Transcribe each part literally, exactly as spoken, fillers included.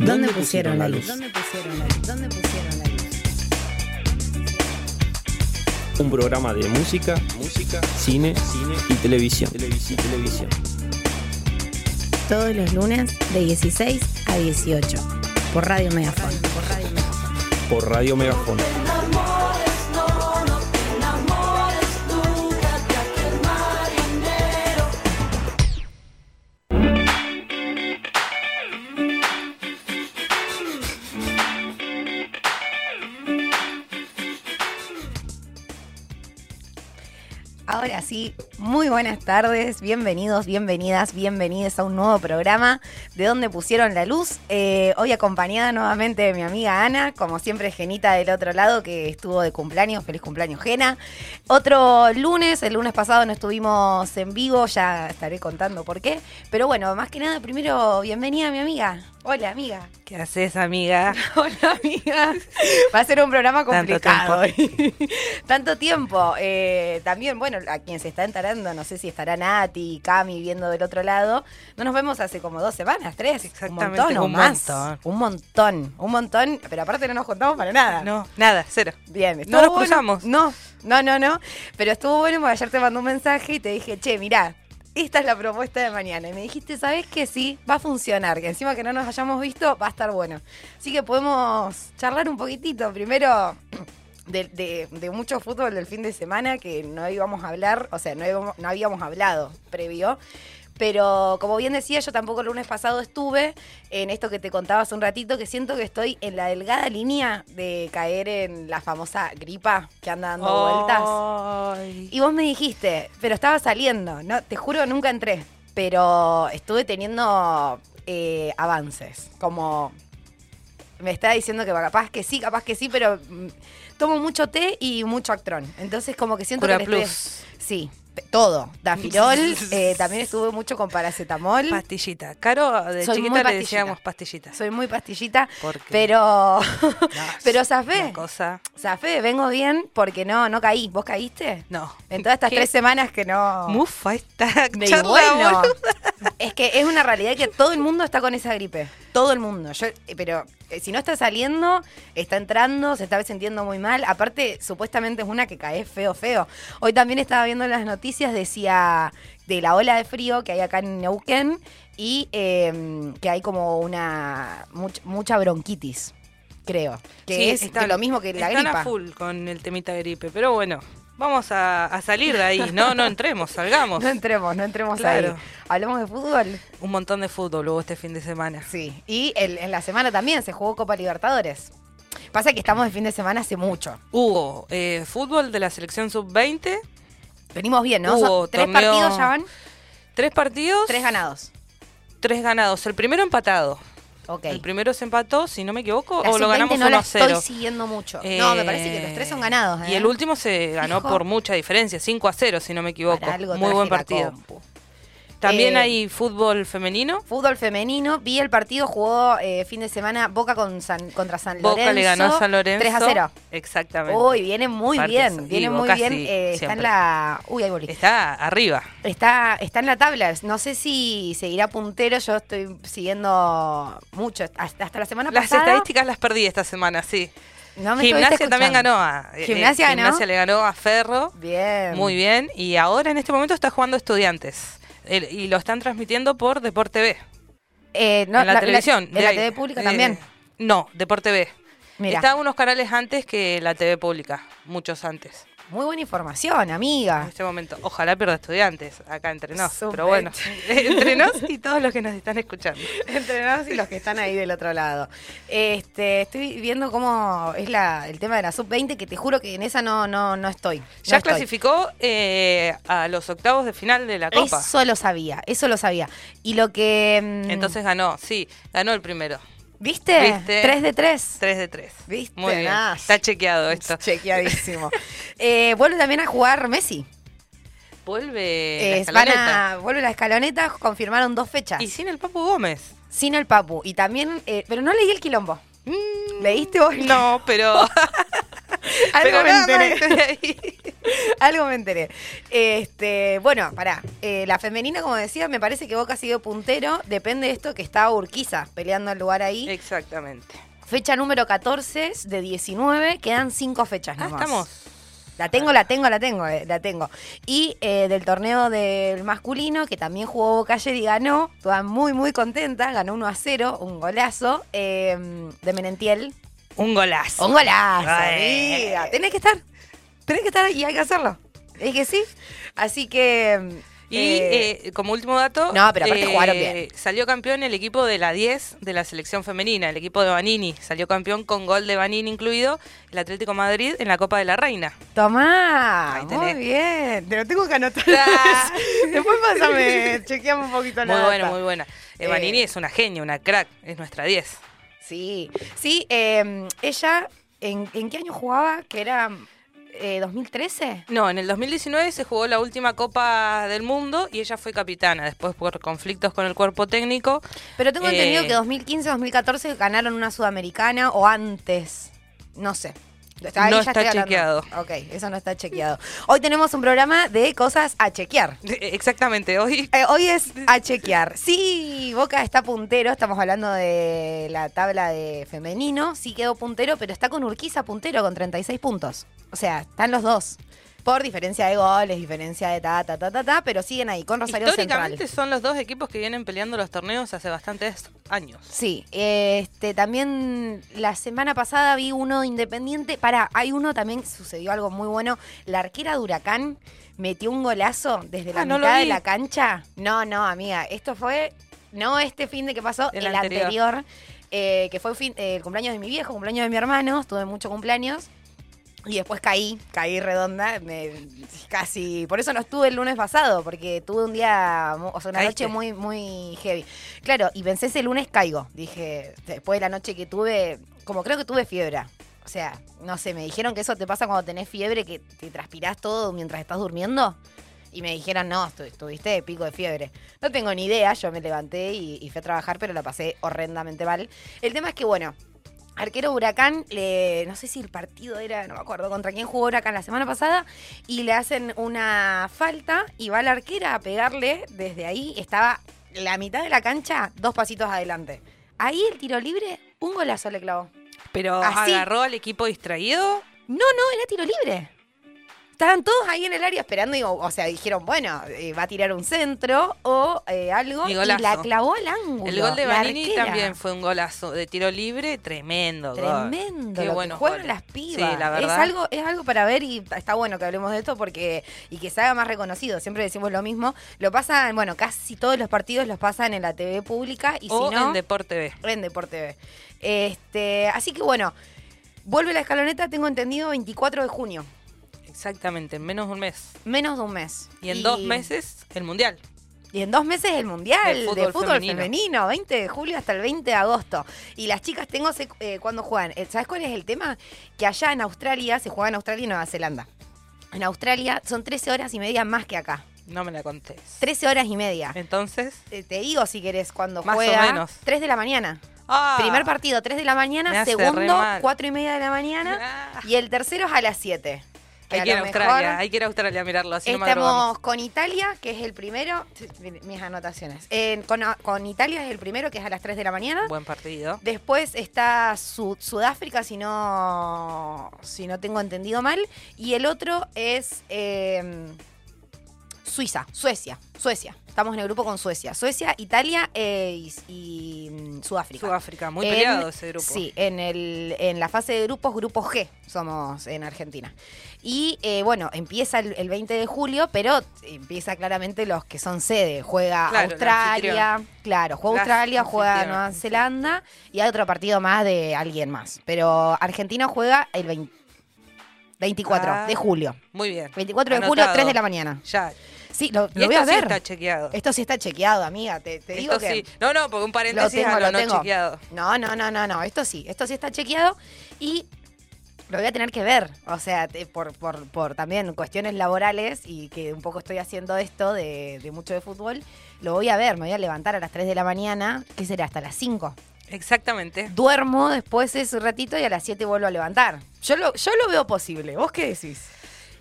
¿Dónde pusieron la luz? ¿Dónde pusieron la luz? ¿Dónde pusieron la luz? Un programa de música, música, cine, cine y televisión. Televisión, televisión. Todos los lunes de dieciséis a dieciocho por Radio Megafon. Por Radio Megafon. Por Radio Megafon. Ahora sí, muy buenas tardes, bienvenidos, bienvenidas, bienvenidos a un nuevo programa de Donde Pusieron la Luz. Eh, hoy acompañada nuevamente de mi amiga Ana, como siempre Genita del otro lado, que estuvo de cumpleaños, feliz cumpleaños Gena. Otro lunes, el lunes pasado no estuvimos en vivo, ya estaré contando por qué. Pero bueno, más que nada, primero, bienvenida mi amiga. Hola, amiga. ¿Qué haces, amiga? Hola, amiga. Va a ser un programa complicado. Tanto tiempo. Tanto tiempo. Eh, también, bueno, a quien se está enterando, no sé si estará Nati, Cami viendo del otro lado. No nos vemos hace como dos semanas, tres. Exactamente, un montón o un más. montón. Un montón, un montón. Pero aparte no nos contamos para nada. No, nada, cero. Bien. No nos bueno. cruzamos. No, no, no, no. Pero estuvo bueno porque ayer te mandé un mensaje y te dije, che, mirá, esta es la propuesta de mañana. Y me dijiste, ¿sabés qué? Sí, va a funcionar. Que encima que no nos hayamos visto, va a estar bueno. Así que podemos charlar un poquitito. Primero, de, de, de mucho fútbol del fin de semana que no íbamos a hablar, o sea, no, íbamos, no habíamos hablado previo. Pero como bien decía, yo tampoco el lunes pasado estuve en esto que te contaba hace un ratito, que siento que estoy en la delgada línea de caer en la famosa gripa que anda dando oh. vueltas. Y vos me dijiste, pero estaba saliendo, no, te juro nunca entré, pero estuve teniendo eh, avances, como me está diciendo que capaz que sí, capaz que sí, pero mm, tomo mucho té y mucho Actron, entonces como que siento Cura que... Plus. Estoy, sí. Todo, Dafirol, eh, también estuve mucho con paracetamol. Pastillita. Caro, de Soy chiquita muy le decíamos pastillita. Soy muy pastillita, ¿Por qué? pero No, pero zafé. una cosa. Zafé, vengo bien porque no no caí. ¿Vos caíste? No. En todas estas ¿Qué? tres semanas que no... Mufa esta De charla, bueno. boluda. Es que es una realidad que todo el mundo está con esa gripe. Todo el mundo. Yo, pero eh, si no está saliendo, está entrando, se está sintiendo muy mal. Aparte, supuestamente es una que cae feo, feo. Hoy también estaba viendo en las noticias, decía de la ola de frío que hay acá en Neuquén y eh, que hay como una much, mucha bronquitis, creo. Que Sí, es están, lo mismo que la están gripa. a full con el temita gripe, pero bueno. Vamos a, a salir de ahí, no, no entremos, salgamos. No entremos, no entremos Claro. ahí. Hablemos de fútbol. Un montón de fútbol hubo este fin de semana. Sí, y el, en la semana también se jugó Copa Libertadores. Pasa que estamos de fin de semana hace mucho. Hubo eh, fútbol de la selección sub veinte. Venimos bien, ¿no? Hubo Son tres torneo- partidos ya van, Tres partidos. tres ganados. Tres ganados. El primero empatado. Ok. El primero se empató, si no me equivoco, La o lo sub veinte ganamos no uno la a cero. estoy siguiendo mucho. no, me parece que los tres son ganados. ¿eh? Y el último se ganó Fijo. por mucha diferencia, cinco a cero, si no me equivoco. Para algo Muy buen traje la partido. compu. También Eh, hay fútbol femenino. Fútbol femenino, vi el partido, jugó eh, fin de semana Boca con San, contra San Lorenzo. Boca le ganó a San Lorenzo. tres a cero. Exactamente. Uy, viene muy Partidazo. bien, Y viene muy Boca bien. sí, eh, está siempre. en la... Uy, ahí volví. Está arriba. Está, está en la tabla. No sé si seguirá puntero. Yo estoy siguiendo mucho. Hasta, hasta la semana Las pasada. estadísticas las perdí esta semana, sí. No me Gimnasia estuviste también escuchando. ganó. A, eh, ¿Gimnasia eh, ganó? Gimnasia le ganó a Ferro. Bien. Muy bien. Y ahora en este momento está jugando Estudiantes. El- y lo están transmitiendo por Deporte B. Eh, no, en la, televisión. En la T V pública eh, también. No, Deporte B. Mira. Está unos canales antes que la T V pública. Muchos antes. Muy buena información, amiga. En este momento. Ojalá pierda Estudiantes acá entre nos. Súper. Pero bueno, entre nos y todos los que nos están escuchando. Entre nosotros y los que están ahí del otro lado. Este, estoy viendo cómo es la, el tema de la sub veinte, que te juro que en esa no, no, no estoy. No Ya estoy. clasificó eh, a los octavos de final de la Copa. Eso lo sabía, eso lo sabía. Y lo que... mm, Entonces ganó, sí, ganó el primero. ¿Viste? ¿Viste? tres de tres. tres de tres. ¿Viste? Muy bien. Nah. Está chequeado esto. Chequeadísimo. eh, vuelve también a jugar Messi. Vuelve Eh, la van escaloneta. a, vuelve la escaloneta, confirmaron dos fechas. Y sin el Papu Gómez. Sin el Papu. Y también, eh, pero no leí el quilombo. Mm, ¿Leíste vos? No, pero... Algo pero me nada más enteré. estoy ahí. Algo me enteré. Este, bueno, pará. Eh, la femenina, como decía, me parece que Boca sigue puntero. Depende de esto que está Urquiza peleando el lugar ahí. Exactamente. Fecha número catorce de diecinueve. Quedan cinco fechas Ah, nomás. estamos. La tengo, la tengo, la tengo, eh, la tengo. Y eh, del torneo del masculino, que también jugó Boca ayer y ganó. Todas muy, muy contentas. Ganó uno a cero, un golazo eh, de Menentiel. Un golazo. Un golazo, Ay. amiga. Tenés que estar. Tenés que estar y hay que hacerlo. Es que sí. Así que... Y eh, eh, como último dato, No, pero aparte jugaron bien. Salió campeón el equipo de la diez de la selección femenina, el equipo de Vanini. Salió campeón con gol de Vanini incluido, el Atlético Madrid en la Copa de la Reina. Tomá, Ahí muy tenés. bien. Te lo tengo que anotar. Ah. Después pásame, chequeamos un poquito la Muy buena, data. muy buena. Eh, Eh, Vanini es una genia, una crack, es nuestra diez. Sí, sí. eh, ella, ¿en, ¿en qué año jugaba? Que era eh, dos mil trece. No, en el dos mil diecinueve se jugó la última Copa del Mundo y ella fue capitana. Después, por conflictos con el cuerpo técnico. Pero tengo eh, entendido que dos mil quince, dos mil catorce ganaron una sudamericana o antes. No sé. Ahí No ya está estoy hablando. chequeado. Ok, eso no está chequeado. Hoy tenemos un programa de cosas a chequear. Exactamente, hoy. Eh, hoy es a chequear. Sí, Boca está puntero, estamos hablando de la tabla de femenino, sí quedó puntero, pero está con Urquiza puntero con treinta y seis puntos. O sea, están los dos. Por diferencia de goles, diferencia de ta, ta, ta, ta, ta, pero siguen ahí con Rosario Históricamente Central. son los dos equipos que vienen peleando los torneos hace bastantes años. Sí, este también la semana pasada vi uno independiente. Pará, hay uno también, sucedió algo muy bueno. La arquera de Huracán metió un golazo desde la Ah, no lo mitad de vi. la cancha. No, no, amiga, esto fue, no este fin de que pasó, El el, anterior. anterior, eh, que fue el, fin- eh, el cumpleaños de mi viejo, cumpleaños de mi hermano, tuve muchos cumpleaños. Y después caí, caí redonda, me, casi, por eso no estuve el lunes pasado, porque tuve un día, mu- o sea, una ¿Caíste? noche muy, muy heavy. Claro, y pensé ese lunes caigo, dije, después de la noche que tuve, como creo que tuve fiebre. O sea, no sé, me dijeron que eso te pasa cuando tenés fiebre, que te transpirás todo mientras estás durmiendo. Y me dijeron, no, estu- estuviste de pico de fiebre. No tengo ni idea, yo me levanté y, y fui a trabajar, pero la pasé horrendamente mal. El tema es que, bueno, arquero Huracán, le, no sé si el partido era, no me acuerdo contra quién jugó Huracán la semana pasada, y le hacen una falta y va la arquera a pegarle desde ahí, estaba la mitad de la cancha, dos pasitos adelante. Ahí el tiro libre, un golazo le clavó. Pero Así. agarró al equipo distraído. No, no, era tiro libre. Estaban todos ahí en el área esperando, y, o, o sea, dijeron, bueno, eh, va a tirar un centro o eh, algo, Y y, golazo. la clavó al ángulo. El gol de la Vanini arquera. también fue un golazo de tiro libre, tremendo. gol. Tremendo, Qué lo buenos que juegan goles. las pibas. Sí, la verdad. Es algo, es algo para ver y está bueno que hablemos de esto porque y que se haga más reconocido. Siempre decimos lo mismo. Lo pasan, bueno, casi todos los partidos los pasan en la T V pública y o si no, en Deporte B. en Deporte B. Este, así que bueno, vuelve la escaloneta, tengo entendido, veinticuatro de junio. Exactamente, en menos de un mes. Menos de un mes. Y en dos meses, el Mundial. Y en dos meses el Mundial De de fútbol fútbol, femenino. femenino. veinte de julio hasta el veinte de agosto. Y las chicas tengo sé, eh, cuando juegan. Eh, ¿Sabes cuál es el tema? Que allá en Australia, se juega en Australia y Nueva Zelanda. En Australia son trece horas y media más que acá. No me la contés. trece horas y media. Entonces, Eh, te digo si querés cuando Más o juega. menos. tres de la mañana. ah, Primer partido, tres de la me mañana. hace re Segundo, mal. cuatro y media de la mañana. Ah. Y el tercero es a las siete. Hay que ir a Australia, hay que ir a Australia a mirarlo, así no Estamos madrugamos. con Italia, que es el primero. Mis anotaciones. Eh, con, con Italia es el primero, que es a las tres de la mañana. Buen partido. Después está Sud- Sudáfrica, si no, si no tengo entendido mal. Y el otro es eh, Suiza, Suecia, Suecia. Estamos en el grupo con Suecia. Suecia, Italia eh, y, y, mm, Sudáfrica. Sudáfrica, muy En- peleado ese grupo. Sí, en, el, en la fase de grupos, grupo G, somos en Argentina. Y eh, bueno, empieza el, el veinte de julio, pero empieza claramente los que son sede. Juega Claro, el Australia, claro, juega Las Australia, juega anfitrionas. Nueva Zelanda y hay otro partido más de alguien más. Pero Argentina juega el veinte veinticuatro Ah, de julio. Muy bien. veinticuatro de julio, Anotado. tres de la mañana. Ya. Sí, lo, Y lo voy esto a sí ver. está chequeado. Esto sí está chequeado, amiga. Te, te digo Esto que sí. No, no, porque un lo paréntesis tengo, a lo lo no tengo. chequeado. No, no, no, no, no. Esto sí, esto sí está chequeado y lo voy a tener que ver. O sea, te- por, por, por también cuestiones laborales y que un poco estoy haciendo esto de, de mucho de fútbol, lo voy a ver. Me voy a levantar a las tres de la mañana. ¿Qué será? Hasta las cinco. Exactamente. Duermo después ese ratito y a las siete vuelvo a levantar. Yo lo, yo lo veo posible. ¿Vos qué decís?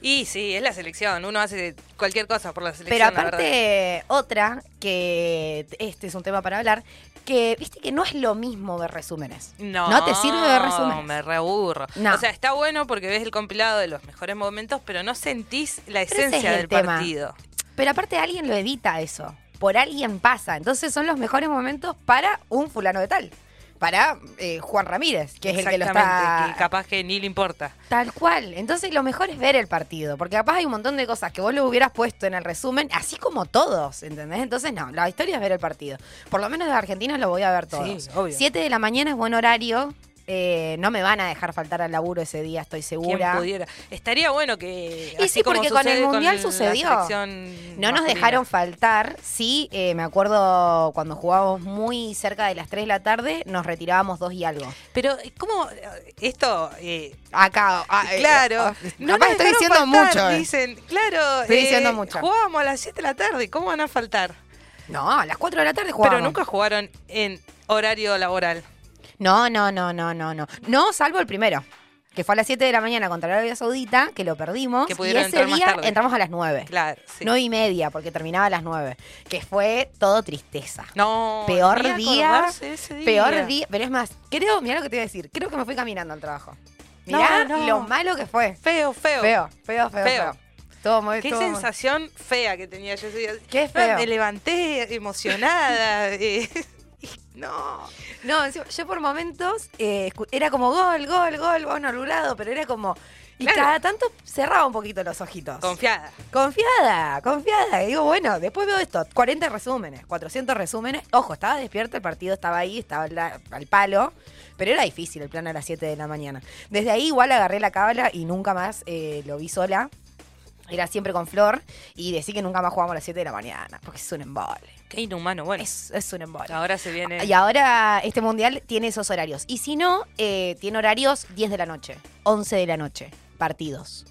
Y sí, es la selección. Uno hace cualquier cosa por la selección. Pero la verdad. aparte, otra, que este es un tema para hablar, que viste que no es lo mismo ver resúmenes. No, No te sirve ver resúmenes. me reaburro. No. O sea, está bueno porque ves el compilado de los mejores momentos, pero no sentís la Pero ese esencia es el del tema. partido. Pero aparte alguien lo edita eso. Por alguien pasa. Entonces son los mejores momentos para un fulano de tal. Para eh, Juan Ramírez, que es el que lo está... que capaz que ni le importa. Tal cual. Entonces lo mejor es ver el partido, porque capaz hay un montón de cosas que vos lo hubieras puesto en el resumen, así como todos, ¿entendés? Entonces no, la historia es ver el partido. Por lo menos de Argentina lo voy a ver todos. Sí, obvio. Siete de la mañana es buen horario. Eh, no me van a dejar faltar al laburo ese día, estoy segura. ¿Quién pudiera? Estaría bueno que... Y así sí, como porque con el sucede Mundial la sucedió. selección No nos masculina. dejaron faltar. Sí, eh, me acuerdo cuando jugábamos muy cerca de las tres de la tarde, nos retirábamos dos y algo. Pero, ¿cómo esto...? Eh, Acá, ah, eh, claro. ah, no capaz nos estoy dejaron diciendo faltar, mucho. eh. Dicen, claro. Estoy eh, diciendo mucho. Jugábamos a las siete de la tarde. ¿Cómo van a faltar? No, a las cuatro de la tarde jugábamos. Pero nunca jugaron en horario laboral. No, no, no, no, no, no. No, salvo el primero, que fue a las siete de la mañana contra Arabia Saudita, que lo perdimos. Que y pudieron ese entrar más día tarde. entramos a las nueve. Claro, sí. Nueve y media, porque terminaba a las nueve. Que fue todo tristeza. No, Peor ni día, acordarse de ese día. Peor día. Pero es más, creo, mirá lo que te voy a decir. Creo que me fui caminando al trabajo. Mirá No, no. lo malo que fue. Feo, feo. Feo, feo, feo, Feo. feo. Todo muy, Qué todo muy- sensación fea que tenía yo ese día. Qué feo. Me levanté emocionada. eh, no. No, encima, yo por momentos eh, escu- era como gol, gol, gol, gol anulado, pero era como... Y Claro. cada tanto cerraba un poquito los ojitos. Confiada. Confiada, confiada. Y digo, bueno, después veo esto, cuarenta resúmenes, cuatrocientos resúmenes. Ojo, estaba despierto, el partido estaba ahí, estaba al, la- al palo, pero era difícil el plan a las siete de la mañana. Desde ahí igual agarré la cábala y nunca más eh, lo vi sola. Era siempre con Flor y decí que nunca más jugamos a las siete de la mañana, porque es un embole. Qué inhumano. Bueno, Es, es un embole. ahora se viene... Y ahora este mundial tiene esos horarios. Y si no, eh, tiene horarios diez de la noche, once de la noche, partidos.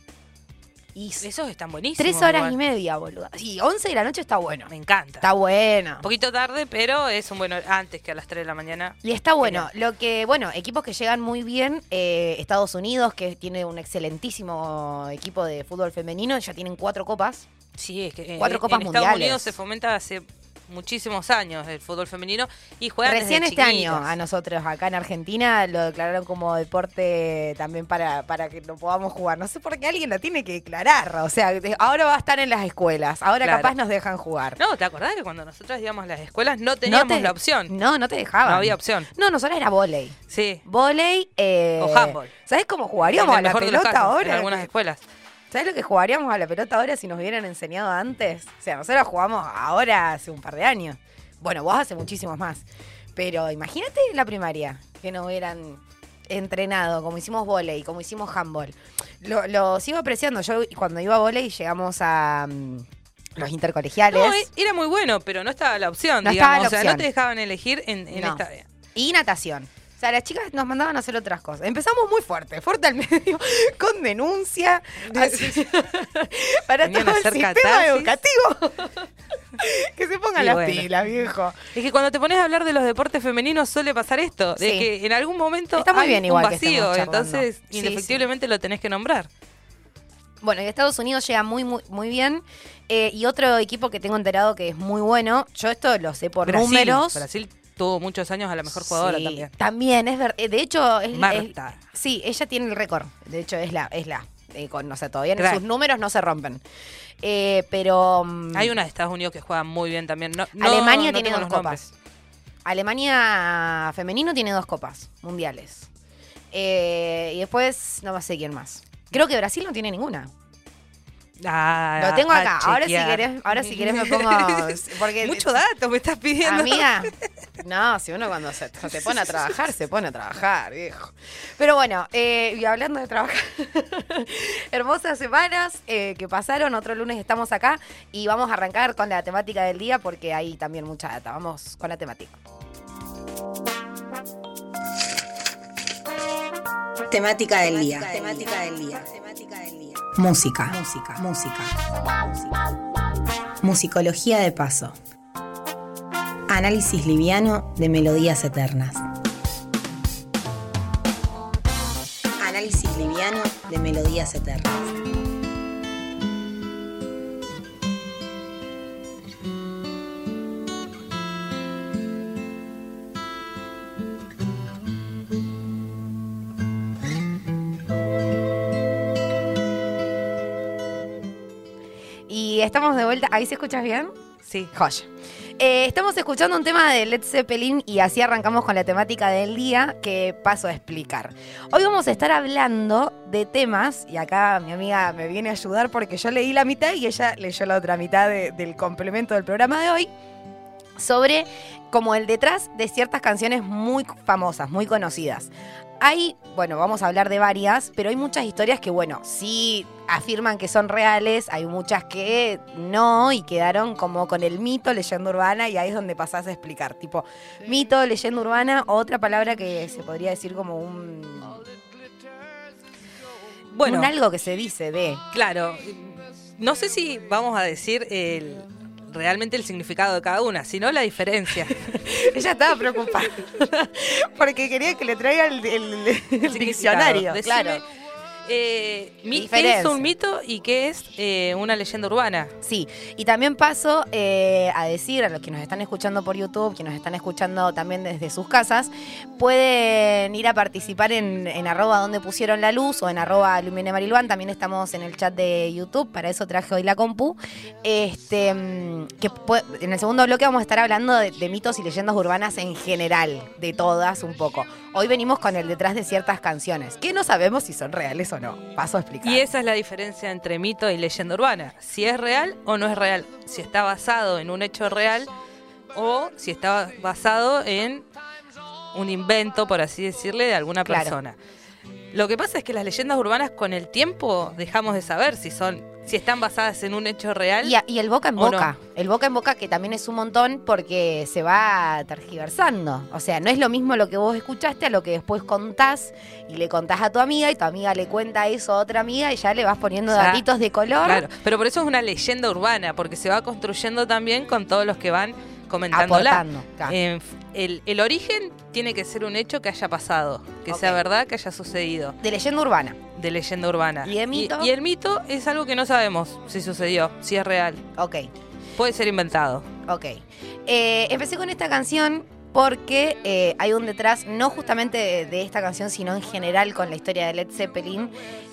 Y Esos están buenísimos. tres horas igual. y media, boludo. Sí, once de la noche está bueno. Me encanta. Está bueno. Un poquito tarde, pero es un bueno antes que a las tres de la mañana. Y está bueno. Lo que, bueno, equipos que llegan muy bien, eh, Estados Unidos, que tiene un excelentísimo equipo de fútbol femenino, ya tienen cuatro copas. Sí, es que eh, Cuatro en, copas en mundiales. Estados Unidos se fomenta hace muchísimos años el fútbol femenino y juegan Recién desde este chiquitas. año a nosotros acá en Argentina lo declararon como deporte también para, para que lo podamos jugar. No sé por qué alguien lo tiene que declarar. O sea, de- ahora va a estar en las escuelas. Ahora Claro. capaz nos dejan jugar. No, ¿te acordás que cuando nosotros íbamos a las escuelas no teníamos No te- la opción? No, no te dejaban. No había opción. No, nosotros era vóley. Sí. Vóley eh, O handball. ¿Sabés cómo jugaríamos En a el la mejor de los pelota casos, ahora? En algunas escuelas. ¿Sabés lo que jugaríamos a la pelota ahora si nos hubieran enseñado antes? O sea, nosotros jugamos ahora hace un par de años. Bueno, vos hace muchísimos más. Pero imagínate la primaria, que nos hubieran entrenado, como hicimos vóley, como hicimos handball. Lo, lo sigo apreciando. Yo cuando iba a vóley llegamos a mm, los intercolegiales. No, eh, era muy bueno, pero no estaba la opción, No digamos. estaba la o sea, opción. no te dejaban elegir en, en No. esta... Y natación. O sea, las chicas nos mandaban a hacer otras cosas. Empezamos muy fuerte, fuerte al medio, con denuncia, así, para Venían todo a el hacer sistema catarsis. educativo. Que se pongan Y las bueno. pilas, viejo. Es que cuando te pones a hablar de los deportes femeninos suele pasar esto, de Sí. que en algún momento Está muy hay bien un igual que vacío, estemos charlando. entonces Sí, indefectiblemente lo tenés que nombrar. Bueno, y Estados Unidos llega muy, muy, muy bien. Eh, y otro equipo que tengo enterado que es muy bueno, yo esto lo sé por Brasil, números. Brasil tuvo muchos años a la mejor jugadora Sí, también. También, es verdad. De hecho, es, Marta. es- sí, ella tiene el récord. De hecho, es la, es la. eh, con, o sea, todavía Crack. sus números no se rompen. Eh, pero mm, Hay una de Estados Unidos que juega muy bien también. No, no- Alemania no tiene tengo dos los copas. nombres. Alemania femenino tiene dos copas mundiales. Eh, y después no sé quién más. Creo que Brasil no tiene ninguna. Ah, Lo tengo a acá. Ahora si chequear. querés, ahora si querés me pongo. Porque Mucho dato me estás pidiendo. Amiga, no, si uno cuando se, se pone a trabajar, se pone a trabajar, viejo. Pero bueno, eh, y hablando de trabajar, hermosas semanas eh, que pasaron, otro lunes estamos acá y vamos a arrancar con la temática del día porque hay también mucha data. Vamos con la temática. Temática del día. Temática del día. Música. Música. Música. Musicología de paso. Análisis liviano de melodías eternas. Análisis liviano de melodías eternas. Y estamos de vuelta. ¿Ahí se escuchas bien? Sí. Joya. Eh, estamos escuchando un tema de Led Zeppelin y así arrancamos con la temática del día que paso a explicar. Hoy vamos a estar hablando de temas, y acá mi amiga me viene a ayudar porque yo leí la mitad y ella leyó la otra mitad de, del complemento del programa de hoy, sobre como el detrás de ciertas canciones muy famosas, muy conocidas. Hay, bueno, vamos a hablar de varias, pero hay muchas historias que, bueno, sí afirman que son reales, hay muchas que no y quedaron como con el mito, leyenda urbana, y ahí es donde pasás a explicar, tipo, mito, leyenda urbana, otra palabra que se podría decir como un... Bueno, un algo que se dice de... Claro, no sé si vamos a decir el... realmente el significado de cada una, sino la diferencia. Ella estaba preocupada porque quería que le traiga el, el, el diccionario. Decime, claro. Eh, ¿Qué es un mito y qué es eh, una leyenda urbana? Sí, y también paso eh, a decir a los que nos están escuchando por YouTube, que nos están escuchando también desde sus casas, pueden ir a participar en, en arroba donde pusieron la luz o en arroba Lumine Marilvan. También estamos en el chat de YouTube, para eso traje hoy la compu. Este, que puede, en el segundo bloque vamos a estar hablando de, de mitos y leyendas urbanas en general, de todas un poco. Hoy venimos con el detrás de ciertas canciones, que no sabemos si son reales o no. Paso a explicar. Y esa es la diferencia entre mito y leyenda urbana. Si es real o no es real. Si está basado en un hecho real o si está basado en un invento, por así decirle, de alguna Claro. persona. Lo que pasa es que las leyendas urbanas con el tiempo dejamos de saber si son, si están basadas en un hecho real. Y, a- y el boca en ¿O boca. El boca en boca que también es un montón porque se va tergiversando. O sea, no es lo mismo lo que vos escuchaste a lo que después contás y le contás a tu amiga y tu amiga le cuenta eso a otra amiga y ya le vas poniendo Ya. datitos de color. Claro, pero por eso es una leyenda urbana, porque se va construyendo también con todos los que van comentándola. Aportando, claro. Eh, el, el origen tiene que ser un hecho que haya pasado, que Ok. sea verdad, que haya sucedido, De leyenda urbana. de leyenda urbana. ¿Y de mito? Y, el mito es algo que no sabemos si sucedió, si es real. Ok, Puede ser inventado. ok. Eh, empecé con esta canción porque eh, hay un detrás, no justamente de, de esta canción, sino en general con la historia de Led Zeppelin,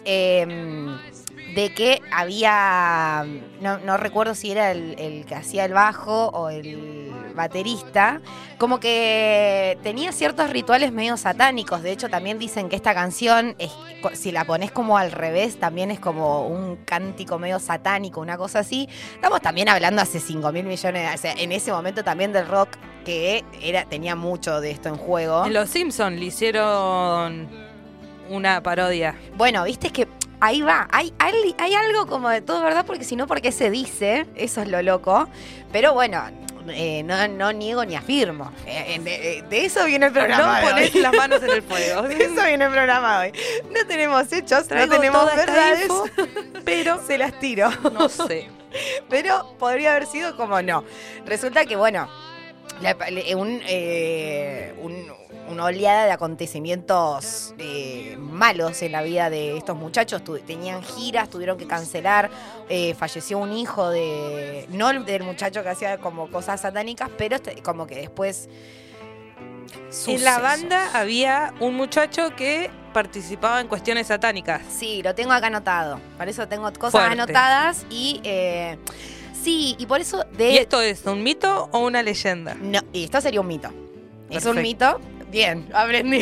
eh, de que había, no, no recuerdo si era el, el que hacía el bajo o el baterista, como que tenía ciertos rituales medio satánicos. De hecho, también dicen que esta canción, es, si la pones como al revés, también es como un cántico medio satánico, una cosa así. Estamos también hablando hace cinco mil millones, o sea, en ese momento también del rock, que era tenía mucho de esto en juego. En Los Simpsons le hicieron una parodia. Bueno, viste que ahí va, hay, hay, hay algo como de todo, ¿verdad? Porque si no, porque se dice, eso es lo loco. Pero bueno, eh, no, no niego ni afirmo. Eh, de, de eso viene el programa. No de ponés hoy. las manos en el fuego. De eso viene el programa de hoy. No tenemos hechos, Traigo no tenemos toda esta verdades, info, pero se las tiro. No sé. Pero podría haber sido como no. Resulta que, bueno, la- le- un, eh, un- una oleada de acontecimientos eh, malos en la vida de estos muchachos. Tu- tenían giras, tuvieron que cancelar. eh, falleció un hijo de. No el del muchacho que hacía como cosas satánicas, pero este- como que después. En la sucesos. banda había un muchacho que participaba en cuestiones satánicas. Sí, lo tengo acá anotado. Para eso tengo cosas Fuerte. anotadas y. eh, sí, y por eso de. ¿Y esto es un mito o una leyenda? No, y esto sería un mito. Es un Perfecto. mito. Bien, aprendí.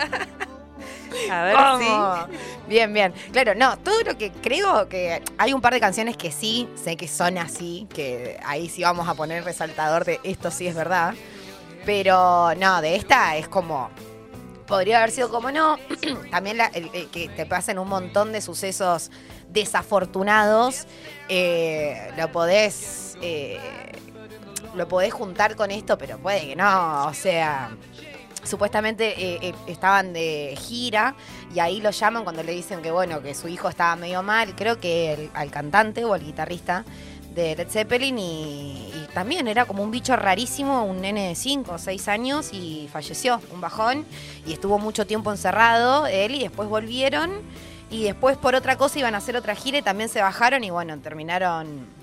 A ver ¿Cómo? Bien, bien. Claro, no, todo lo que creo que hay un par de canciones que sí, sé que son así, que ahí sí vamos a poner resaltador de esto sí es verdad. Pero no, de esta es como. Podría haber sido como no. También la- el- el que te pasen un montón de sucesos desafortunados. eh, lo podés. eh, lo podés juntar con esto, pero puede que no. O sea. Supuestamente eh, eh, estaban de gira y ahí lo llaman cuando le dicen que bueno, que su hijo estaba medio mal, creo que el- al cantante o al guitarrista de Led Zeppelin y, y también era como un bicho rarísimo, un nene de cinco o seis años y falleció, un bajón y estuvo mucho tiempo encerrado él y después volvieron y después por otra cosa iban a hacer otra gira y también se bajaron y bueno, terminaron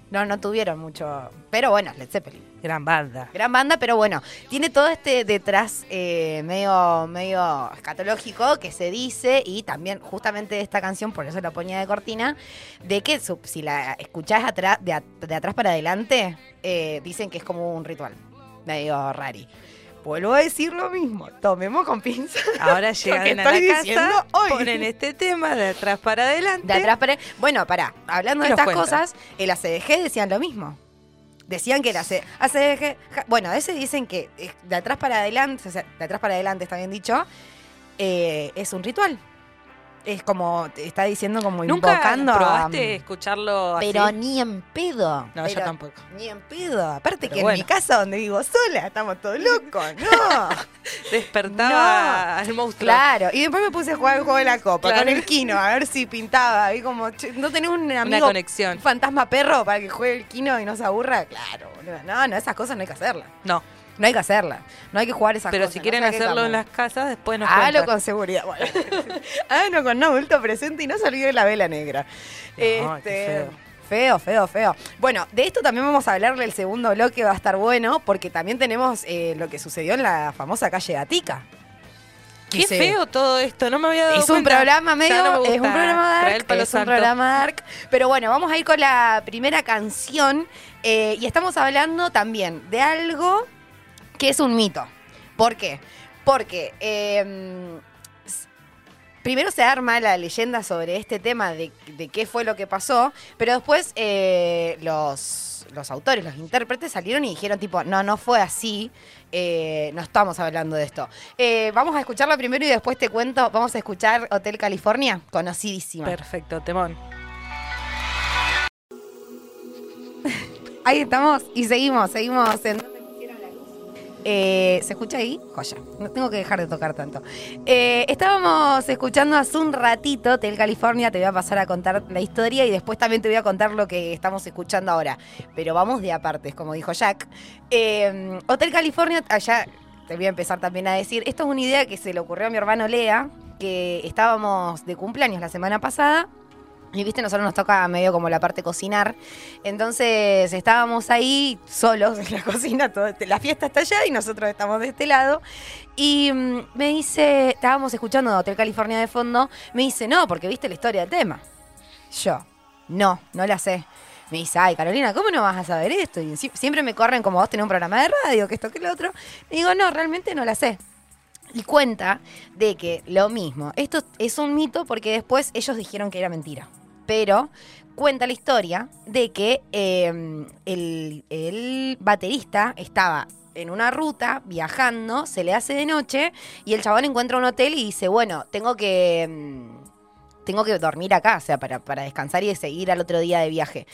No, no tuvieron mucho. Pero bueno, Led Zeppelin. Gran banda. Gran banda, pero bueno, tiene todo este detrás eh, medio, medio escatológico que se dice, y también justamente esta canción, por eso la ponía de cortina, de que su, si la escuchás atrás, de, a, de atrás para adelante, eh, dicen que es como un ritual, medio rari. Vuelvo a decir lo mismo, tomemos con pinzas. Ahora llegan a la casa, hoy. Ponen este tema de atrás para adelante. De atrás para... Bueno, pará, hablando de estas cuentan? cosas, el A C D G decían lo mismo. Decían que el A C D G... Bueno, a veces dicen que de atrás para adelante, o sea, de atrás para adelante está bien dicho, eh, es un ritual. Es como, te está diciendo como ¿Nunca invocando probaste a... escucharlo así? Pero ni en pedo. No, pero yo tampoco. Ni en pedo. Aparte Pero que bueno. en mi casa donde vivo sola, estamos todos locos. No. Despertaba al monstruo. Claro. Y después me puse a jugar el juego de la copa Claro. con el Kino, a ver si pintaba. Y como, che, ¿no tenés un amigo Una conexión. fantasma perro para que juegue el Kino y no se aburra? Claro, boludo. No, no, esas cosas no hay que hacerlas. No, No hay que hacerlas. No hay que jugar esas pero cosas. si no quieren sé a qué hacerlo en cambia. las casas, después nos Hágalo cuentan. con seguridad. Bueno. Hágalo con un adulto presente y no se olvide la vela negra. No, este, qué feo. Feo, feo, feo. Bueno, de esto también vamos a hablarle el segundo bloque, va a estar bueno, porque también tenemos eh, lo que sucedió en la famosa calle Gatica. Qué Que se- feo todo esto, no me había dado Es un cuenta. programa Ya medio, no me gusta es un programa traer dark, el palo es un santo. programa dark. Pero bueno, vamos a ir con la primera canción eh, y estamos hablando también de algo que es un mito. ¿Por qué? Porque eh, s- primero se arma la leyenda sobre este tema de, de qué fue lo que pasó, pero después eh, los, los autores, los intérpretes salieron y dijeron tipo, no, no fue así, eh, no estamos hablando de esto. Eh, vamos a escucharla primero y después te cuento, vamos a escuchar Hotel California, conocidísima. Perfecto, temón. Ahí estamos y seguimos, seguimos en... Eh, ¿Se escucha ahí? Joya, no tengo que dejar de tocar tanto. Eh, estábamos escuchando hace un ratito Hotel California, te voy a pasar a contar la historia y después también te voy a contar lo que estamos escuchando ahora. Pero vamos de apartes, como dijo Jack. Eh, Hotel California, allá te voy a empezar también a decir, esto es una idea que se le ocurrió a mi hermano Lea, que estábamos de cumpleaños la semana pasada. Y viste, nosotros nos toca medio como la parte cocinar. Entonces estábamos ahí solos en la cocina, todo, la fiesta está allá y nosotros estamos de este lado. Y mm, me dice, estábamos escuchando Hotel California de fondo, me dice, no, porque viste la historia del tema. Yo, no, no la sé. Me dice, ay, Carolina, ¿cómo no vas a saber esto? Y si- siempre me corren como vos tenés un programa de radio, que esto, que lo otro. Y digo, no, realmente no la sé. Y cuenta de que lo mismo, esto es un mito porque después ellos dijeron que era mentira. Pero cuenta la historia de que eh, el, el baterista estaba en una ruta viajando, se le hace de noche y el chabón encuentra un hotel y dice, bueno, tengo que... mm, tengo que dormir acá, o sea, para, para descansar y seguir al otro día de viaje.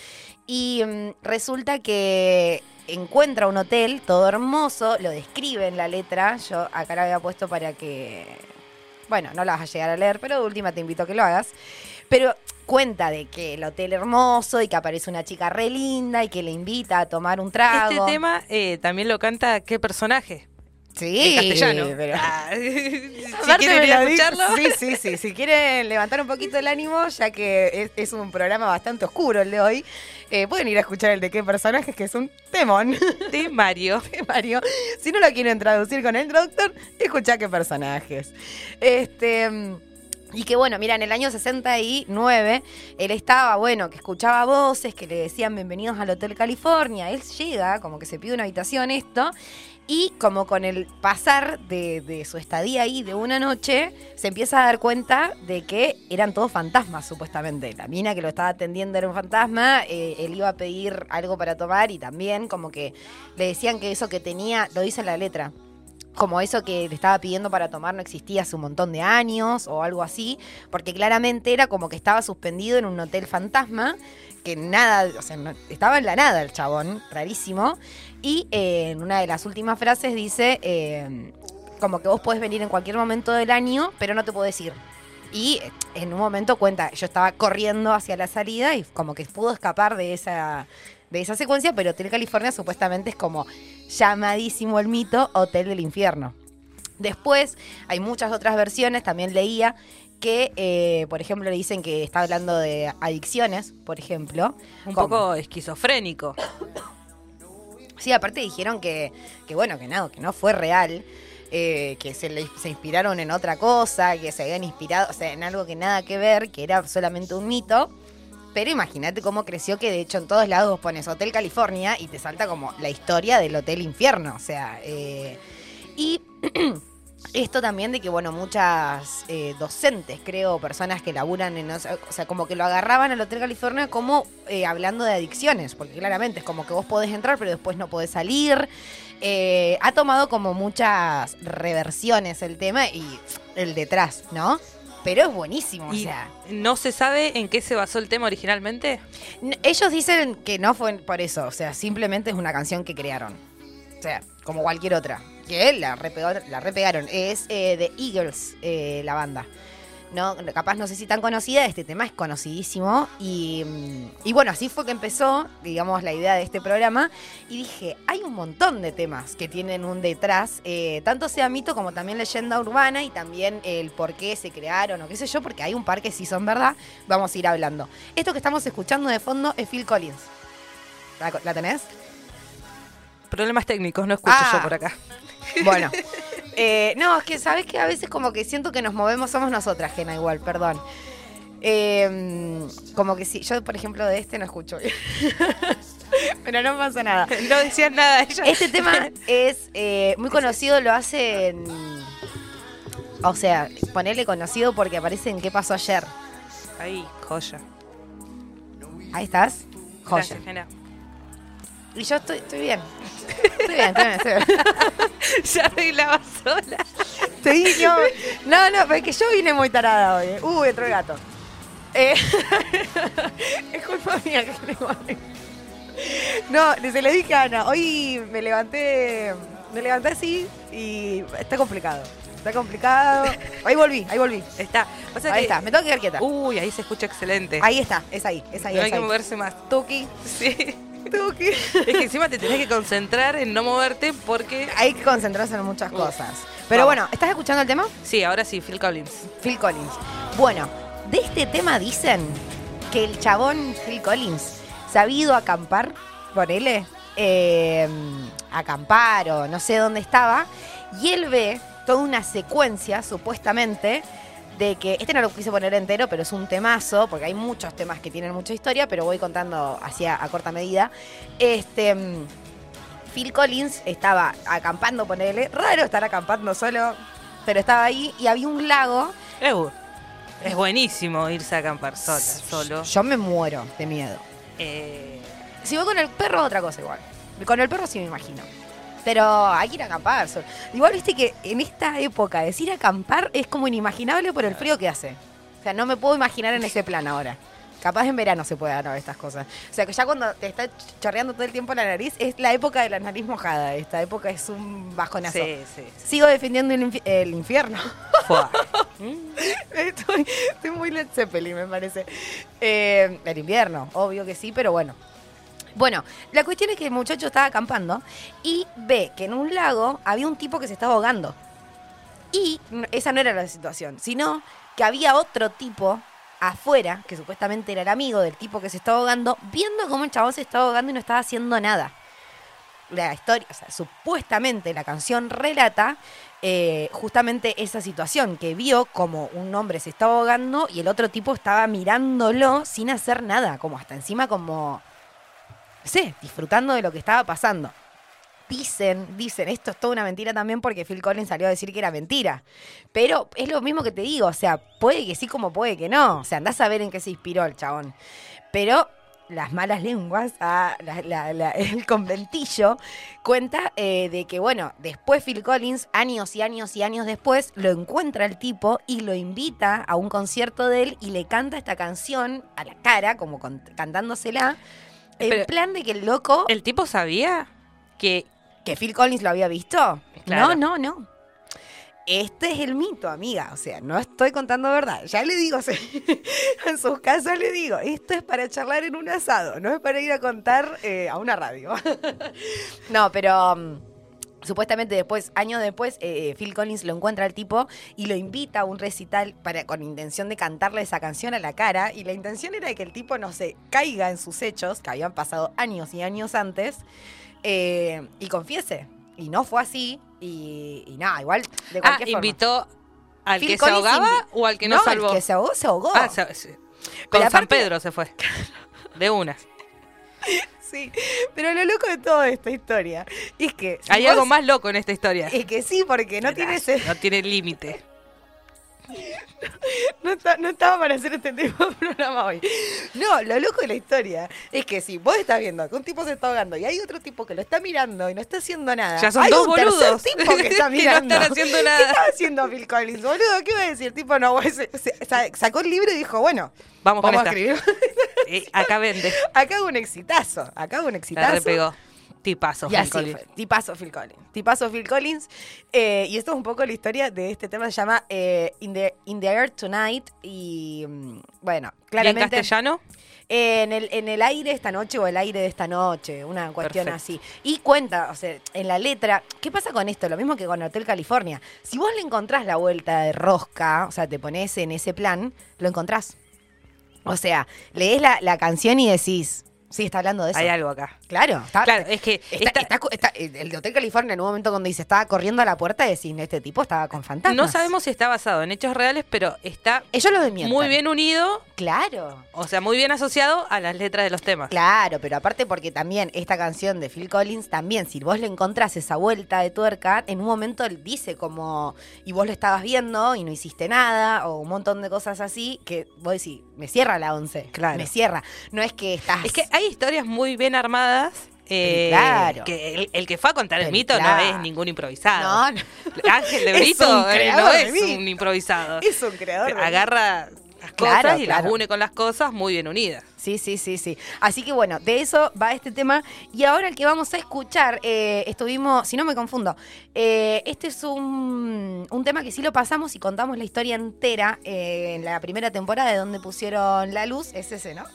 Y mm, resulta que encuentra un hotel todo hermoso, lo describe en la letra, yo acá la había puesto para que, bueno, no la vas a llegar a leer, pero de última te invito a que lo hagas. Pero cuenta de que el hotel hermoso y que aparece una chica re linda y que le invita a tomar un trago. Este tema eh, también lo canta ¿qué personaje? Sí, En castellano. pero... Ah, si Aparte quieren me ir a lo di- escucharlo. Sí, sí, sí. Si quieren levantar un poquito el ánimo, ya que es, es un programa bastante oscuro el de hoy, eh, pueden ir a escuchar el de qué personajes, que es un temón De Mario. de Mario. Si no lo quieren traducir con el traductor, escuchá qué personajes. Este... Y que bueno, mira, en el año sesenta y nueve, él estaba, bueno, que escuchaba voces que le decían bienvenidos al Hotel California. Él llega, como que se pide una habitación, esto, y como con el pasar de, de su estadía ahí de una noche, se empieza a dar cuenta de que eran todos fantasmas, supuestamente. La mina que lo estaba atendiendo era un fantasma, eh, él iba a pedir algo para tomar y también como que le decían que eso que tenía, lo dice en la letra, como eso que le estaba pidiendo para tomar no existía hace un montón de años o algo así, porque claramente era como que estaba suspendido en un hotel fantasma, que nada, o sea, no- estaba en la nada el chabón, rarísimo, y eh, en una de las últimas frases dice, eh, como que vos podés venir en cualquier momento del año, pero no te podés ir. Y eh, en un momento cuenta, yo estaba corriendo hacia la salida y como que pudo escapar de esa... de esa secuencia, pero Hotel California supuestamente es como llamadísimo el mito Hotel del Infierno. Después hay muchas otras versiones, también leía que, eh, por ejemplo, le dicen que está hablando de adicciones, por ejemplo. Un como- poco esquizofrénico. Sí, aparte dijeron que, que bueno, que no, que no fue real, eh, que se, le, se inspiraron en otra cosa, que se habían inspirado, o sea, en algo que nada que ver, que era solamente un mito. Pero imagínate cómo creció, que de hecho en todos lados pones Hotel California y te salta como la historia del Hotel Infierno. O sea, eh, y esto también de que, bueno, muchas eh, docentes, creo, personas que laburan en... O sea, como que lo agarraban al Hotel California como eh, hablando de adicciones, porque claramente es como que vos podés entrar pero después no podés salir. Eh, ha tomado como muchas reversiones el tema y el detrás, ¿no? Pero es buenísimo, o ¿Y sea... no se sabe en qué se basó el tema originalmente? N- Ellos dicen que no fue por eso, o sea, simplemente es una canción que crearon. O sea, como cualquier otra. Que la, repegó- la repegaron. Es eh, The Eagles, eh, la banda. No, capaz no sé si tan conocida, este tema es conocidísimo. Y, mm, y bueno, así fue que empezó, digamos, la idea de este programa. Y dije, hay un montón de temas que tienen un detrás, eh, tanto sea mito como también leyenda urbana, y también el por qué se crearon o qué sé yo, porque hay un par que sí son verdad. Vamos a ir hablando. Esto que estamos escuchando de fondo es Phil Collins. ¿La, la tenés? Problemas técnicos, no escucho Ah. yo por acá. Bueno, eh, no, es que sabes que a veces como que siento que nos movemos, somos nosotras, Gena, igual, perdón. Eh, como que sí, yo por ejemplo de este no escucho. Pero no pasa nada. No decían nada ella. Este tema es eh, muy conocido, lo hacen... O sea, ponerle conocido porque aparece en ¿Qué pasó ayer? Ahí, joya. Ahí estás. Joya. Gracias, Gena. Y yo estoy, estoy bien. Estoy bien, estoy bien, estoy bien. Ya arreglaba sola. Estoy yo. No, no, pero es que yo vine muy tarada hoy. eh. Uy, entró el gato. Eh, es culpa mía que le guardé. No, se le dije a Ana, hoy me levanté, me levanté así y está complicado. Está complicado. Ahí volví, ahí volví. Está. O sea Ahí que- está, me tengo que quedar quieta. Uy, ahí se escucha excelente. Ahí está, es ahí, es ahí, no hay es que ahí. moverse más. Tuki, Sí. tuki. Es que encima te tenés que concentrar en no moverte porque... Hay que concentrarse en muchas Uf. cosas. Pero Vamos. bueno, ¿estás escuchando el tema? Sí, ahora sí, Phil Collins. Phil Collins. Bueno, de este tema dicen que el chabón Phil Collins se ha ido a acampar, ponele, eh, acampar o no sé dónde estaba, y él ve toda una secuencia, supuestamente, de que, este no lo quise poner entero, pero es un temazo, porque hay muchos temas que tienen mucha historia, pero voy contando así a, a corta medida. Este... mm, Phil Collins estaba acampando, ponele, raro estar acampando solo, pero estaba ahí y había un lago. Es, bu- es buenísimo irse a acampar sola, solo. Yo me muero de miedo. Eh, Si voy con el perro, otra cosa igual. Con el perro sí me imagino. Pero hay que ir a acampar. solo. Igual viste que en esta época decir acampar es como inimaginable por el frío que hace. O sea, no me puedo imaginar en ese plan ahora. Capaz en verano se puede dar estas cosas. O sea, que ya cuando te está chorreando todo el tiempo la nariz, es la época de la nariz mojada. Esta época es un bajonazo. sí, sí. Sigo defendiendo el, infi- el infierno. Fua. estoy, estoy muy Led Zeppelin, me parece. Eh, el invierno, obvio que sí, pero bueno. Bueno, la cuestión es que el muchacho estaba acampando y ve que en un lago había un tipo que se estaba ahogando. Y n- esa no era la situación, sino que había otro tipo afuera, que supuestamente era el amigo del tipo que se estaba ahogando, viendo cómo el chabón se estaba ahogando y no estaba haciendo nada. La historia, o sea, supuestamente la canción relata eh, justamente esa situación, que vio como un hombre se estaba ahogando y el otro tipo estaba mirándolo sin hacer nada, como hasta encima como, no sé, disfrutando de lo que estaba pasando. Dicen, dicen, esto es toda una mentira también porque Phil Collins salió a decir que era mentira. Pero es lo mismo que te digo, o sea, puede que sí como puede que no. O sea, andás a ver en qué se inspiró el chabón. Pero las malas lenguas, ah, la- la- la- el conventillo, cuenta eh, de que, bueno, después Phil Collins, años y años y años después, lo encuentra el tipo y lo invita a un concierto de él y le canta esta canción a la cara, como con- cantándosela, en Pero- plan de que el loco... ¿El tipo sabía que... ¿Que Phil Collins lo había visto? Claro. No, no, no. Este es el mito, amiga. O sea, no estoy contando verdad. Ya le digo, sí. En sus casos le digo, esto es para charlar en un asado, no es para ir a contar eh, a una radio. No, pero... um, Supuestamente después, años después, eh, Phil Collins lo encuentra al tipo y lo invita a un recital para, con intención de cantarle esa canción a la cara. Y la intención era que el tipo no se caiga en sus hechos, que habían pasado años y años antes, eh, y confiese. Y no fue así. Y, y nada, igual, de Ah, cualquier forma. ¿invitó al Phil que se Collins ahogaba invi- o al que no, no, salvó? el que se ahogó, se ahogó. Ah, se- se- Pero con San aparte- Pedro se fue. De una. Sí, pero lo loco de toda esta historia es que... si Hay vos- algo más loco en esta historia. Es que sí, porque no tiene ese... No tiene límite. No, está- no estaba para hacer este tipo de programa hoy. No, lo loco de la historia es que si vos estás viendo que un tipo se está ahogando y hay otro tipo que lo está mirando y no está haciendo nada. Ya son hay dos un tercer boludos tipo que está que no mirando. están haciendo nada. ¿Qué estaba haciendo Phil Collins, boludo? ¿Qué iba a decir? El tipo no, se- se- sa- sacó el libro y dijo, bueno, Vamos con vamos a esta. escribir. Eh, acá vende. Acá hago un exitazo. Acá hago un La exitazo. repegó. Tipazo, Y Phil así Collins. fue. Tipazo Phil Collins. Tipazo Phil Collins. Eh, y esto es un poco la historia de este tema. Se llama eh, In, the, In the Air Tonight. Y mm, bueno, ¿Y en claramente. castellano? Eh, en, el, en el aire esta noche o el aire de esta noche. Una cuestión Perfecto. así. Y cuenta, o sea, en la letra. ¿Qué pasa con esto? Lo mismo que con Hotel California. Si vos le encontrás la vuelta de rosca, o sea, te pones en ese plan, lo encontrás. O sea, lees la, la canción y decís. Sí, está hablando de eso. Hay algo acá. Claro, está, Claro, es que Está- esta- está- está- el de Hotel California en un momento cuando dice estaba corriendo a la puerta decís, este tipo estaba con fantasmas. no sabemos si está basado en hechos reales, pero está Ellos lo desmienten. muy bien unido, Claro. o sea, muy bien asociado a las letras de los temas. Claro, pero aparte porque también esta canción de Phil Collins, también si vos le encontrás esa vuelta de tuerca, en un momento él dice como, y vos lo estabas viendo y no hiciste nada, o un montón de cosas así, que vos decís, me cierra la once. Claro. Me cierra. No es que estás... Es que hay historias muy bien armadas. eh, Claro. Que el, el que fue a contar el Pero mito claro. no es ningún improvisado. No, no. Ángel de Es Brito un eh, no creador de es mito. un improvisado. Es un creador de Agarra las Claro, cosas y claro. las une con las cosas muy bien unidas. Sí, sí, sí, sí. Así que bueno, de eso va este tema. Y ahora el que vamos a escuchar, eh, estuvimos, si no me confundo, eh, este es un, un tema que sí lo pasamos y contamos la historia entera eh, en la primera temporada de donde pusieron la luz. Es ese, ¿no?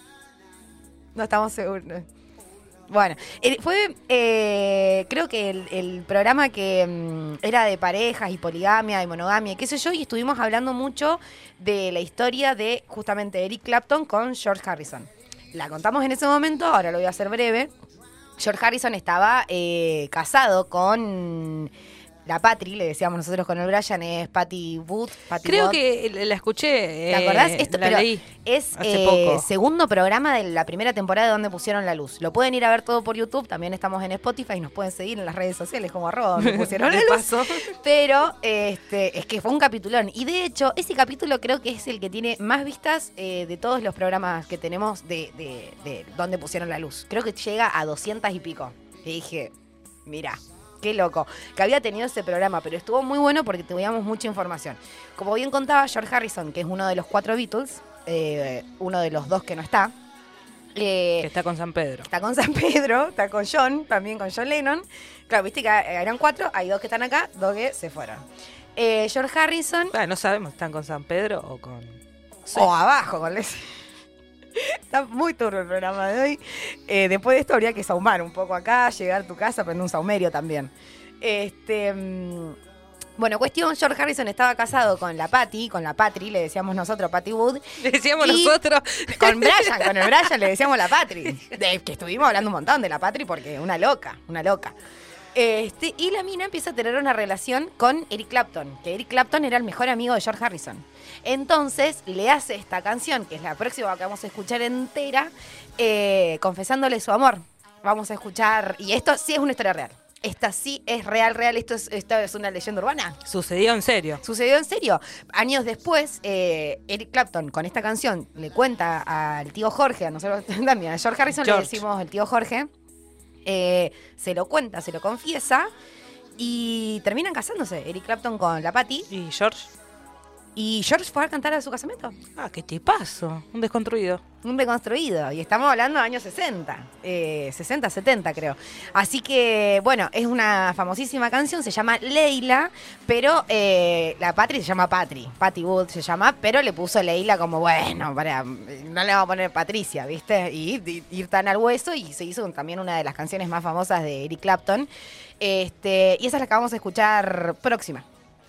No estamos seguros. Bueno, eh, fue eh, creo que el, el programa que mm, era de parejas y poligamia y monogamia y qué sé yo, y estuvimos hablando mucho de la historia de justamente Eric Clapton con George Harrison. La contamos en ese momento, ahora lo voy a hacer breve. George Harrison estaba eh, casado con la Patri, le decíamos nosotros con el Brian, es Patty Wood. Patty Creo Wood. que la escuché. ¿Te eh, acordás? Esto, la pero leí. es hace eh, poco. segundo programa de la primera temporada de donde pusieron la luz. Lo pueden ir a ver todo por YouTube, también estamos en Spotify y nos pueden seguir en las redes sociales como arroba donde pusieron la De luz. paso. Pero este, es que fue un capitulón. Y de hecho, ese capítulo creo que es el que tiene más vistas eh, de todos los programas que tenemos de, de, de donde pusieron la luz. Creo que llega a doscientas y pico. Y dije, mira. Qué loco, que había tenido ese programa, pero estuvo muy bueno porque teníamos mucha información. Como bien contaba George Harrison, que es uno de los cuatro Beatles, eh, uno de los dos que no está, eh, Que está con San Pedro. está con San Pedro, está con John, también con John Lennon. Claro, viste que eran cuatro, hay dos que están acá, dos que se fueron. Eh, George Harrison, Ah, no sabemos, ¿están con San Pedro o con...? o abajo con Les. Está muy turbio el programa de hoy. Eh, después de esto habría que saumar un poco acá, llegar a tu casa, prender un saumerio también. Este, mm, bueno, cuestión, George Harrison estaba casado con la Patty, con la Patri, le decíamos nosotros, Patty Wood. Le decíamos Y nosotros. Con Brian, con el Brian le decíamos la Patri. De, que estuvimos hablando un montón de la Patri porque una loca, una loca. Este, y la mina empieza a tener una relación con Eric Clapton, que Eric Clapton era el mejor amigo de George Harrison. Entonces le hace esta canción, que es la próxima que vamos a escuchar entera, eh, confesándole su amor. Vamos a escuchar, y esto sí es una historia real. Esta sí es real, real, esto es, esto es una leyenda urbana. Sucedió en serio. Sucedió en serio. Años después, eh, Eric Clapton con esta canción le cuenta al tío Jorge, a nosotros también, a George Harrison George. le decimos el tío Jorge, eh, se lo cuenta, se lo confiesa y terminan casándose Eric Clapton con la Patty. ¿Y George? Y George fue a cantar a su casamiento. Ah, qué tipazo. Un desconstruido. Un deconstruido. Y estamos hablando de años sesenta. Eh, sesenta, setenta creo. Así que, bueno, es una famosísima canción. Se llama Leila. Pero eh, la Patri se llama Patri. Patty Wood se llama. Pero le puso Leila como, bueno, para, no le vamos a poner Patricia, ¿viste? Y, y ir tan al hueso. Y se hizo también una de las canciones más famosas de Eric Clapton. Este, y esa es la que vamos a escuchar próxima.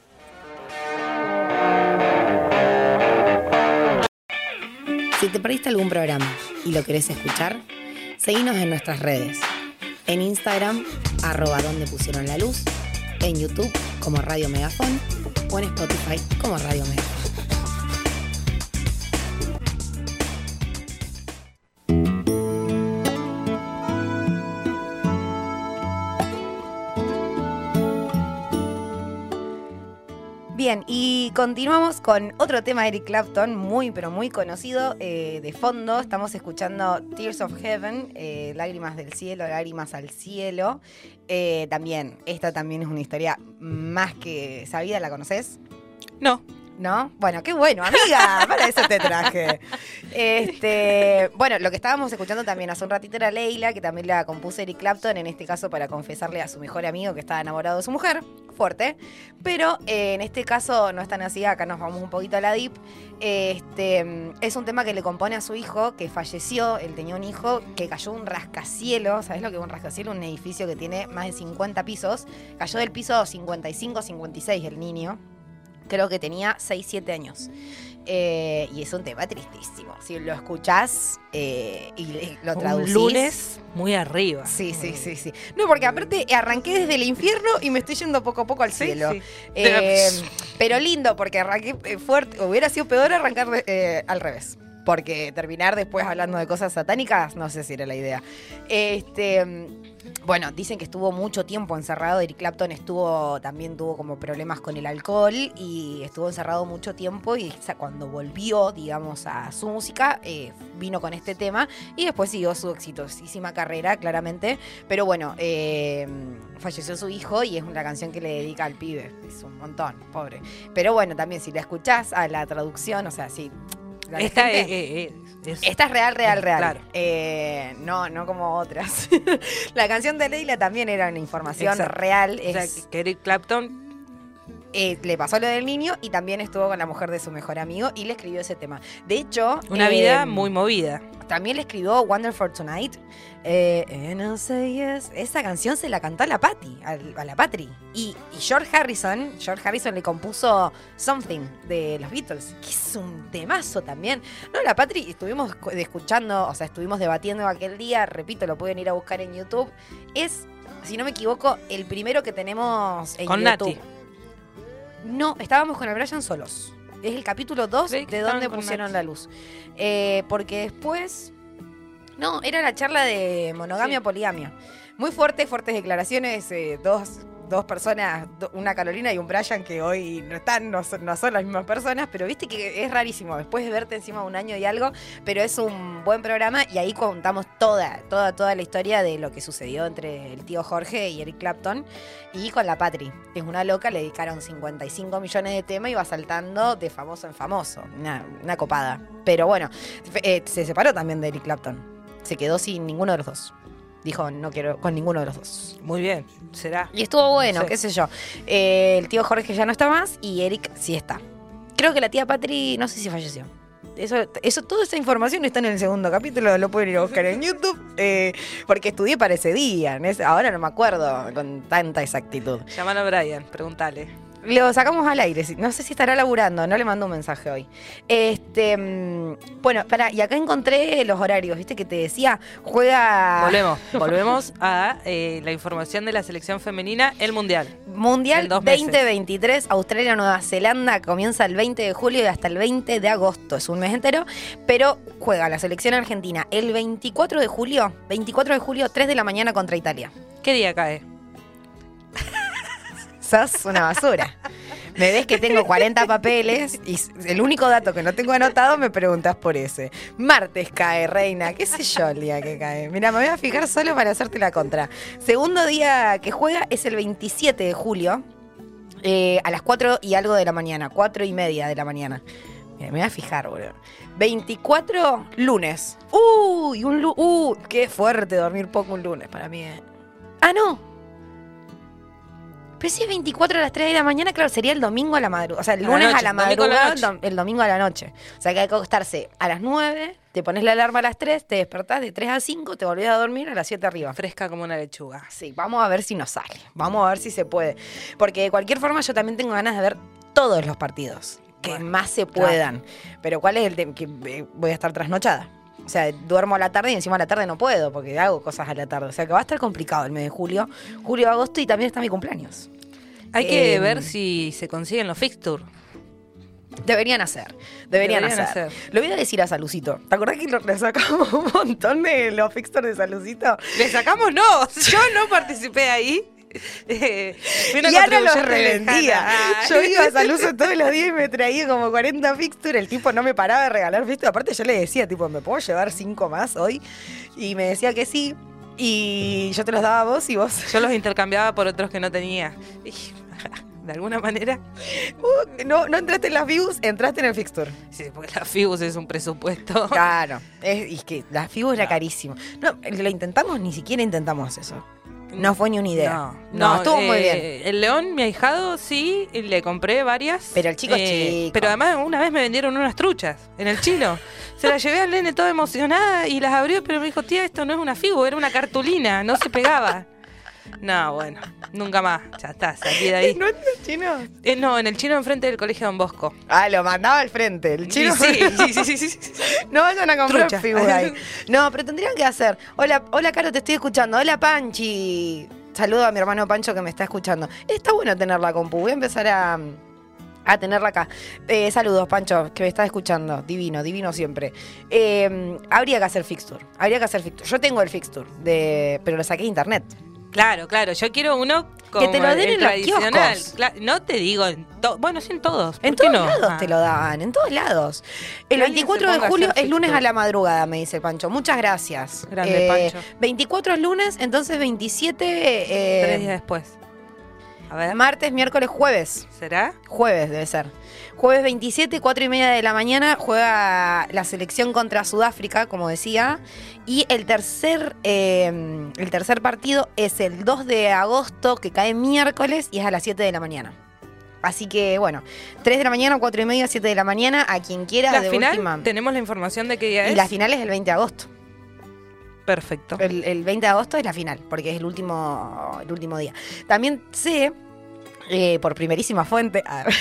Si te perdiste algún programa y lo querés escuchar, seguinos en nuestras redes. En Instagram, arroba donde pusieron la luz, en YouTube como Radio Megafón o en Spotify como Radio Megafón. Bien, y continuamos con otro tema de Eric Clapton, muy pero muy conocido. Eh, de fondo estamos escuchando Tears of Heaven, eh, Lágrimas del Cielo, Lágrimas al Cielo. Eh, también, esta también es una historia más que sabida, ¿la conoces? No. ¿No? Bueno, qué bueno, amiga, para eso te traje. Este, bueno, lo que estábamos escuchando también hace un ratito era Leila, que también la compuso Eric Clapton, en este caso para confesarle a su mejor amigo que estaba enamorado de su mujer, fuerte, pero eh, en este caso no es tan así, acá nos vamos un poquito a la deep. Este, es un tema que le compone a su hijo, que falleció, él tenía un hijo que cayó un rascacielos, ¿sabés lo que es un rascacielos? Un edificio que tiene más de cincuenta pisos, cayó del piso cincuenta y cinco, cincuenta y seis el niño. Creo que tenía seis, siete años. Eh, y es un tema tristísimo. Si lo escuchás eh, y lo traducís. Un lunes muy arriba. Sí, sí, sí, sí. No, porque aparte arranqué desde el infierno y me estoy yendo poco a poco al cielo. Sí, sí. Eh, pero lindo, porque arranqué fuerte. Hubiera sido peor arrancar eh, al revés. Porque terminar después hablando de cosas satánicas, no sé si era la idea. Este, bueno, dicen que estuvo mucho tiempo encerrado. Eric Clapton estuvo, también tuvo como problemas con el alcohol y estuvo encerrado mucho tiempo. Y cuando volvió, digamos, a su música, eh, vino con este tema y después siguió su exitosísima carrera, claramente. Pero bueno, eh, falleció su hijo y es una canción que le dedica al pibe. Es un montón, pobre. Pero bueno, también si la escuchás a la traducción, o sea, si... Esta es, es, es, Esta es real, real, real. Claro. Eh, no, no como otras. La canción de Leila también era una información Exacto. real. O sea, Es, que Eric Clapton eh, le pasó lo del niño y también estuvo con la mujer de su mejor amigo y le escribió ese tema. De hecho... Una eh, vida muy movida. También le escribió Wonder for Tonight. Eh, and I'll say yes. Esa canción se la cantó a la Patty, a, a la Patri. Y, y George Harrison, George Harrison le compuso Something de los Beatles, que es un temazo también. No, la Patri estuvimos escuchando, o sea, estuvimos debatiendo aquel día, repito, lo pueden ir a buscar en YouTube. Es, si no me equivoco, el primero que tenemos en Con YouTube. Nati. No, estábamos con el Brian solos. Es el capítulo dos Sí, que de estaban donde con pusieron Nati. la luz. Eh, porque después... No, era la charla de monogamia, Sí. poligamia. Muy fuerte, fuertes declaraciones. Eh, dos, dos personas, do, una Carolina y un Brian que hoy no están, no son, no son las mismas personas, pero viste que es rarísimo después de verte encima de un año y algo, pero es un buen programa y ahí contamos toda, toda, toda la historia de lo que sucedió entre el tío Jorge y Eric Clapton y con la Patri. Es una loca, le dedicaron cincuenta y cinco millones de temas y va saltando de famoso en famoso. Una, una copada. Pero bueno, eh, se separó también de Eric Clapton. Se quedó sin ninguno de los dos. Dijo, no quiero con ninguno de los dos. Muy bien, será. Y estuvo bueno, Sí. qué sé yo. Eh, el tío Jorge ya no está más y Eric sí está. Creo que la tía Patri, no sé si falleció. Eso, eso, toda esa información está en el segundo capítulo, lo pueden ir a buscar en YouTube, eh, porque estudié para ese día. En ese, ahora no me acuerdo con tanta exactitud. Llamalo a Brian, pregúntale. Lo sacamos al aire, no sé si estará laburando, no le mando un mensaje hoy. Este, bueno, pará, y acá encontré los horarios, viste que te decía, juega... Volvemos, volvemos a eh, la información de la selección femenina, el Mundial. Mundial En dos meses. veinte veintitrés, Australia, Nueva Zelanda, comienza el veinte de julio y hasta el veinte de agosto, es un mes entero, pero juega la selección argentina el veinticuatro de julio, veinticuatro de julio, tres de la mañana contra Italia. ¿Qué día cae? Sos una basura. Me ves que tengo cuarenta papeles y el único dato que no tengo anotado me preguntas por ese. Martes cae, reina. ¿Qué sé yo el día que cae? Mira, me voy a fijar solo para hacerte la contra. Segundo día que juega es el veintisiete de julio. Eh, a las cuatro y algo de la mañana, cuatro y media de la mañana. Mira, me voy a fijar, boludo. veinticuatro lunes. Uy, un lunes. Uh, qué fuerte dormir poco un lunes para mí. Eh. Ah, no. Pero si es veinticuatro a las tres de la mañana, claro, sería el domingo a la madrugada. O sea, el A la lunes noche, a la domingo a la madrugada, noche. dom- el domingo a la noche. O sea, que hay que acostarse a las nueve, te pones la alarma a las tres, te despertás de tres a cinco, te volvés a dormir a las siete arriba. Fresca como una lechuga. Sí, vamos a ver si nos sale. Vamos a ver si se puede. Porque de cualquier forma yo también tengo ganas de ver todos los partidos. Que Bueno, más se claro. puedan. Pero ¿cuál es el tema? Que eh, voy a estar trasnochada. O sea, duermo a la tarde y encima a la tarde no puedo porque hago cosas a la tarde. O sea, que va a estar complicado el mes de julio. Julio, agosto y también está mi cumpleaños. Hay que Eh, ver si se consiguen los fixtures. Deberían hacer, deberían, Deberían hacer. hacer. Lo voy a decir a Salucito. ¿Te acordás que lo- le sacamos un montón de los fixtures de Salucito? ¿Le sacamos? No, yo no participé ahí. Eh, fui una Y Ana los contribuyente revendía. lejana. Yo iba a Saluso todos los días y me traía como cuarenta fixtures. El tipo no me paraba de regalar fixtures. Aparte yo le decía, tipo, ¿me puedo llevar cinco más hoy? Y me decía que sí. Y yo te los daba a vos y vos... Yo los intercambiaba por otros que no tenía. Y, de alguna manera, Uh, no, no entraste en las views, entraste en el fixture. sí, porque la Fibus es un presupuesto. Claro. Es, y es que la Fibu era carísimo. No, lo intentamos, ni siquiera intentamos eso. No fue ni una idea. No, No, estuvo muy bien. eh, El León, mi ahijado, sí, y le compré varias. Pero el chico es eh, chico. Pero además una vez me vendieron unas truchas en el chino. Se las llevé al nene toda emocionada y las abrió, pero me dijo, tía, esto no es una Fibu, era una cartulina, no se pegaba. No, bueno, nunca más. Ya está, salí de ahí. ¿No es el chino? Eh, no, en el chino enfrente del colegio Don Bosco. Ah, lo mandaba al frente. El chino. Y sí, sí, sí, sí, sí, sí. No vayan a comprar Trucha. figuras ahí. No, pero tendrían que hacer. Hola, hola, Caro, te estoy escuchando. Hola, Panchi. Saludo a mi hermano Pancho que me está escuchando. Está bueno tener la compu. Voy a empezar a, a tenerla acá. Eh, saludos, Pancho, que me está escuchando. Divino, divino siempre. Eh, habría que hacer fixture. Habría que hacer fixture. Yo tengo el fixture, de, pero lo saqué de internet. Claro, claro, yo quiero uno como Que te lo el- den el en los tradicional. kioscos. Cla- no te digo, en to- bueno, sí en todos. En ¿por qué todos no? lados Ah. te lo dan, en todos lados. El Que alguien veinticuatro se de ponga a julio hacer es lunes fixture. a la madrugada, me dice Pancho. Muchas gracias. Eh, Grande, Pancho. veinticuatro es lunes, entonces veintisiete... eh, Tres días después. A ver, martes, miércoles, jueves. ¿será? Jueves debe ser. Jueves veintisiete, cuatro y media de la mañana, juega la selección contra Sudáfrica, como decía. Y el tercer, eh, el tercer partido es el dos de agosto, que cae miércoles, y es a las siete de la mañana. Así que, bueno, tres de la mañana, cuatro y media, siete de la mañana, a quien quiera La de final, última. tenemos la información de qué día Y es. la final es el veinte de agosto. Perfecto. El, el veinte de agosto es la final, porque es el último, el último día. También sé, eh, por primerísima fuente, a ver,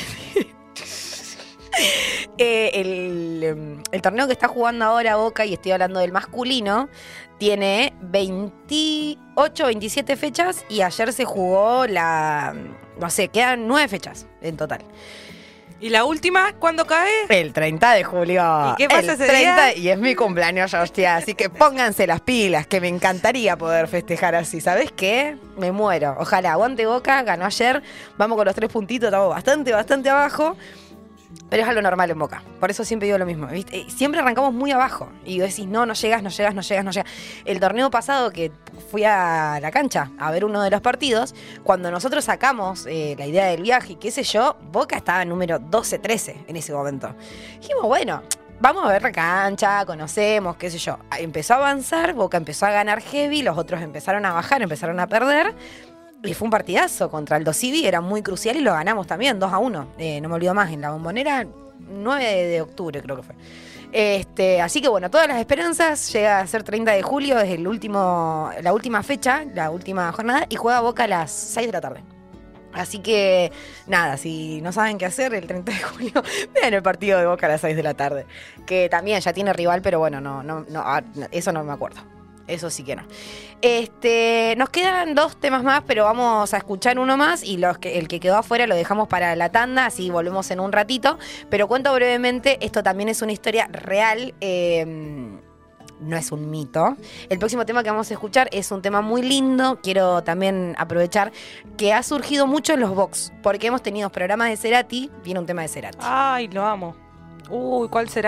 eh, el, em, el torneo que está jugando ahora Boca, y estoy hablando del masculino, tiene veintiocho, veintisiete fechas y ayer se jugó la, no sé, quedan nueve fechas en total. ¿Y la última cuándo cae? El treinta de julio. ¿Y qué pasa El ese treinta, día? Y es mi cumpleaños, hostia. Así que pónganse las pilas, que me encantaría poder festejar así. ¿Sabes qué? Me muero. Ojalá. Aguante Boca, ganó ayer. Vamos con los tres puntitos, estamos bastante, bastante abajo. Pero es algo normal en Boca. Por eso siempre digo lo mismo. ¿Viste? Siempre arrancamos muy abajo. Y decís, no, no llegas, no llegas, no llegas, no llegas. El torneo pasado que fui a la cancha a ver uno de los partidos, cuando nosotros sacamos eh, la idea del viaje y qué sé yo, Boca estaba en número doce, trece en ese momento. Dijimos, bueno, vamos a ver la cancha, conocemos, qué sé yo. Empezó a avanzar, Boca empezó a ganar heavy, los otros empezaron a bajar, empezaron a perder. Y fue un partidazo contra el Dosivi, era muy crucial y lo ganamos también, dos a uno. Eh, no me olvido más, en la Bombonera, nueve de octubre creo que fue. Este, así que bueno, todas las esperanzas, llega a ser treinta de julio, es el último, la última fecha, la última jornada, y juega Boca a las seis de la tarde. Así que, nada, si no saben qué hacer el treinta de julio, vean el partido de Boca a las seis de la tarde. Que también ya tiene rival, pero bueno, no, no, no, ah, eso no me acuerdo. Eso sí que no. Este, nos quedan dos temas más, pero vamos a escuchar uno más y los que, el que quedó afuera lo dejamos para la tanda, así volvemos en un ratito. Pero cuento brevemente, esto también es una historia real, eh, no es un mito. El próximo tema que vamos a escuchar es un tema muy lindo, quiero también aprovechar, que ha surgido mucho en los box, porque hemos tenido programas de Cerati, viene un tema de Cerati. Ay, lo amo. Uy, ¿cuál será?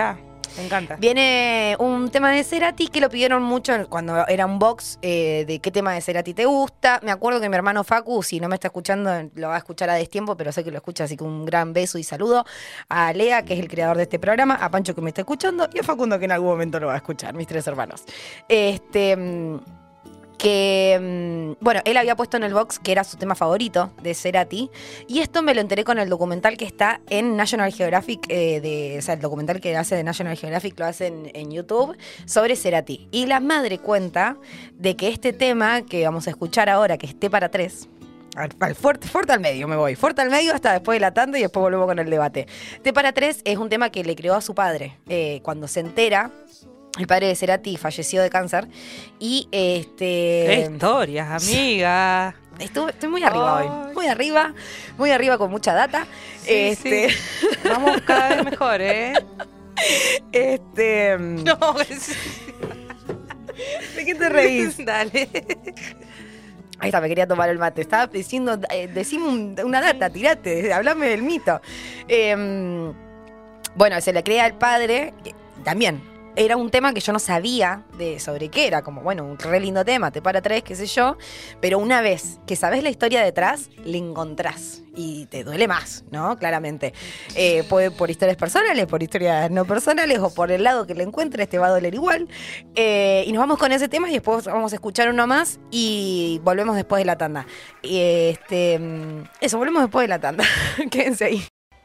Me encanta. Viene un tema de Cerati que lo pidieron mucho cuando era un box eh, de qué tema de Cerati te gusta. Me acuerdo que mi hermano Facu, si no me está escuchando, lo va a escuchar a destiempo, pero sé que lo escucha, así que un gran beso y saludo a Lea, que es el creador de este programa, a Pancho, que me está escuchando, y a Facundo, que en algún momento lo va a escuchar, mis tres hermanos. Este... que, bueno, él había puesto en el box que era su tema favorito de Cerati, y esto me lo enteré con el documental que está en National Geographic, eh, de, o sea, el documental que hace de National Geographic lo hace en, en YouTube, sobre Cerati. Y la madre cuenta de que este tema que vamos a escuchar ahora, que es T para tres, al, al fuerte, fuerte al medio me voy, fuerte al medio hasta después de la tanda y después volvemos con el debate. T para tres es un tema que le creó a su padre, eh, cuando se entera. El padre de Cerati falleció de cáncer y este... ¡Qué historias, amiga! Estuve, estoy muy arriba Ay. hoy, muy arriba, muy arriba con mucha data. Sí, este, sí. Vamos cada vez mejor, ¿eh? este, No, es... ¿de qué te reís? Dale. Ahí está, me quería tomar el mate. Estaba diciendo, eh, decime un- una data, tirate, hablame del mito. Eh, bueno, se le crea al padre, eh, también. Era un tema que yo no sabía de sobre qué era, como bueno, un re lindo tema, te para tres, qué sé yo, pero una vez que sabes la historia detrás, le encontrás y te duele más, ¿no? Claramente. Eh, puede por historias personales, por historias no personales o por el lado que le encuentres, te va a doler igual. Eh, y nos vamos con ese tema y después vamos a escuchar uno más y volvemos después de la tanda. Y, este, mm, eso, volvemos después de la tanda. Quédense ahí.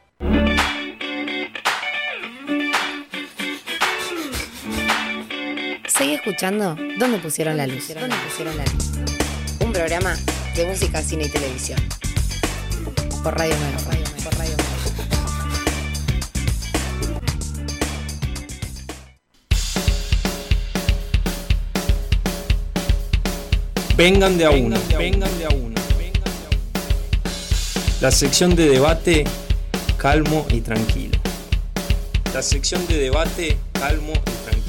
Seguí escuchando ¿Dónde pusieron la luz? ¿Dónde pusieron la luz? Un programa de música, cine y televisión. Por Radio Nueva. Por Radio Nueva. Vengan de a uno, vengan de a uno. La sección de debate calmo y tranquilo. La sección de debate calmo y tranquilo.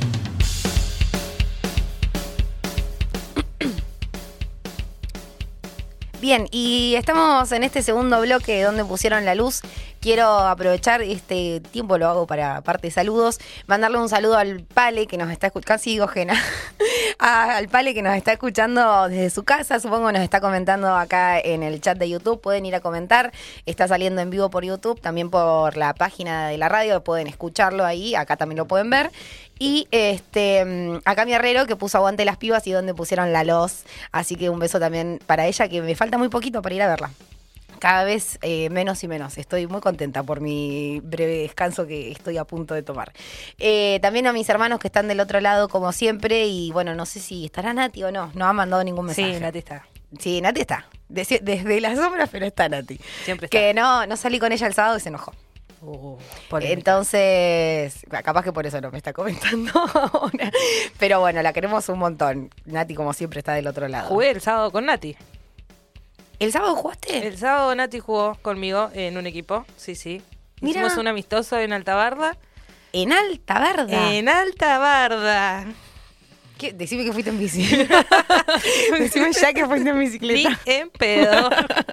Bien, y estamos en este segundo bloque donde pusieron la luz. Quiero aprovechar este tiempo, lo hago para parte de saludos, mandarle un saludo al Pale que nos está escuchando, casi digo Jena, al Pale que nos está escuchando desde su casa, supongo nos está comentando acá en el chat de YouTube, pueden ir a comentar, está saliendo en vivo por YouTube, también por la página de la radio, pueden escucharlo ahí, acá también lo pueden ver. Y este acá mi Herrero que puso Aguante las Pibas y donde pusieron la Loz, así que un beso también para ella, que me falta muy poquito para ir a verla. Cada vez eh, menos y menos. Estoy muy contenta por mi breve descanso que estoy a punto de tomar. Eh, también a mis hermanos que están del otro lado, como siempre. Y bueno, no sé si estará Nati o no. No ha mandado ningún mensaje. Sí, Nati está. Sí, Nati está. Desde, desde las sombras, pero está Nati. Siempre está. Que no, no salí con ella el sábado y se enojó. Uh, polémica. Entonces, capaz que por eso no me está comentando ahora. Pero bueno, la queremos un montón. Nati, como siempre, está del otro lado. Jugué el sábado con Nati. ¿El sábado jugaste? El sábado Nati jugó conmigo en un equipo. Sí, sí. Mira. Hicimos un amistoso en Alta Barda. En Alta Barda. En Alta Barda. ¿Qué? Decime que fuiste en bici. Decime ya que fuiste en Ni bicicleta. en pedo.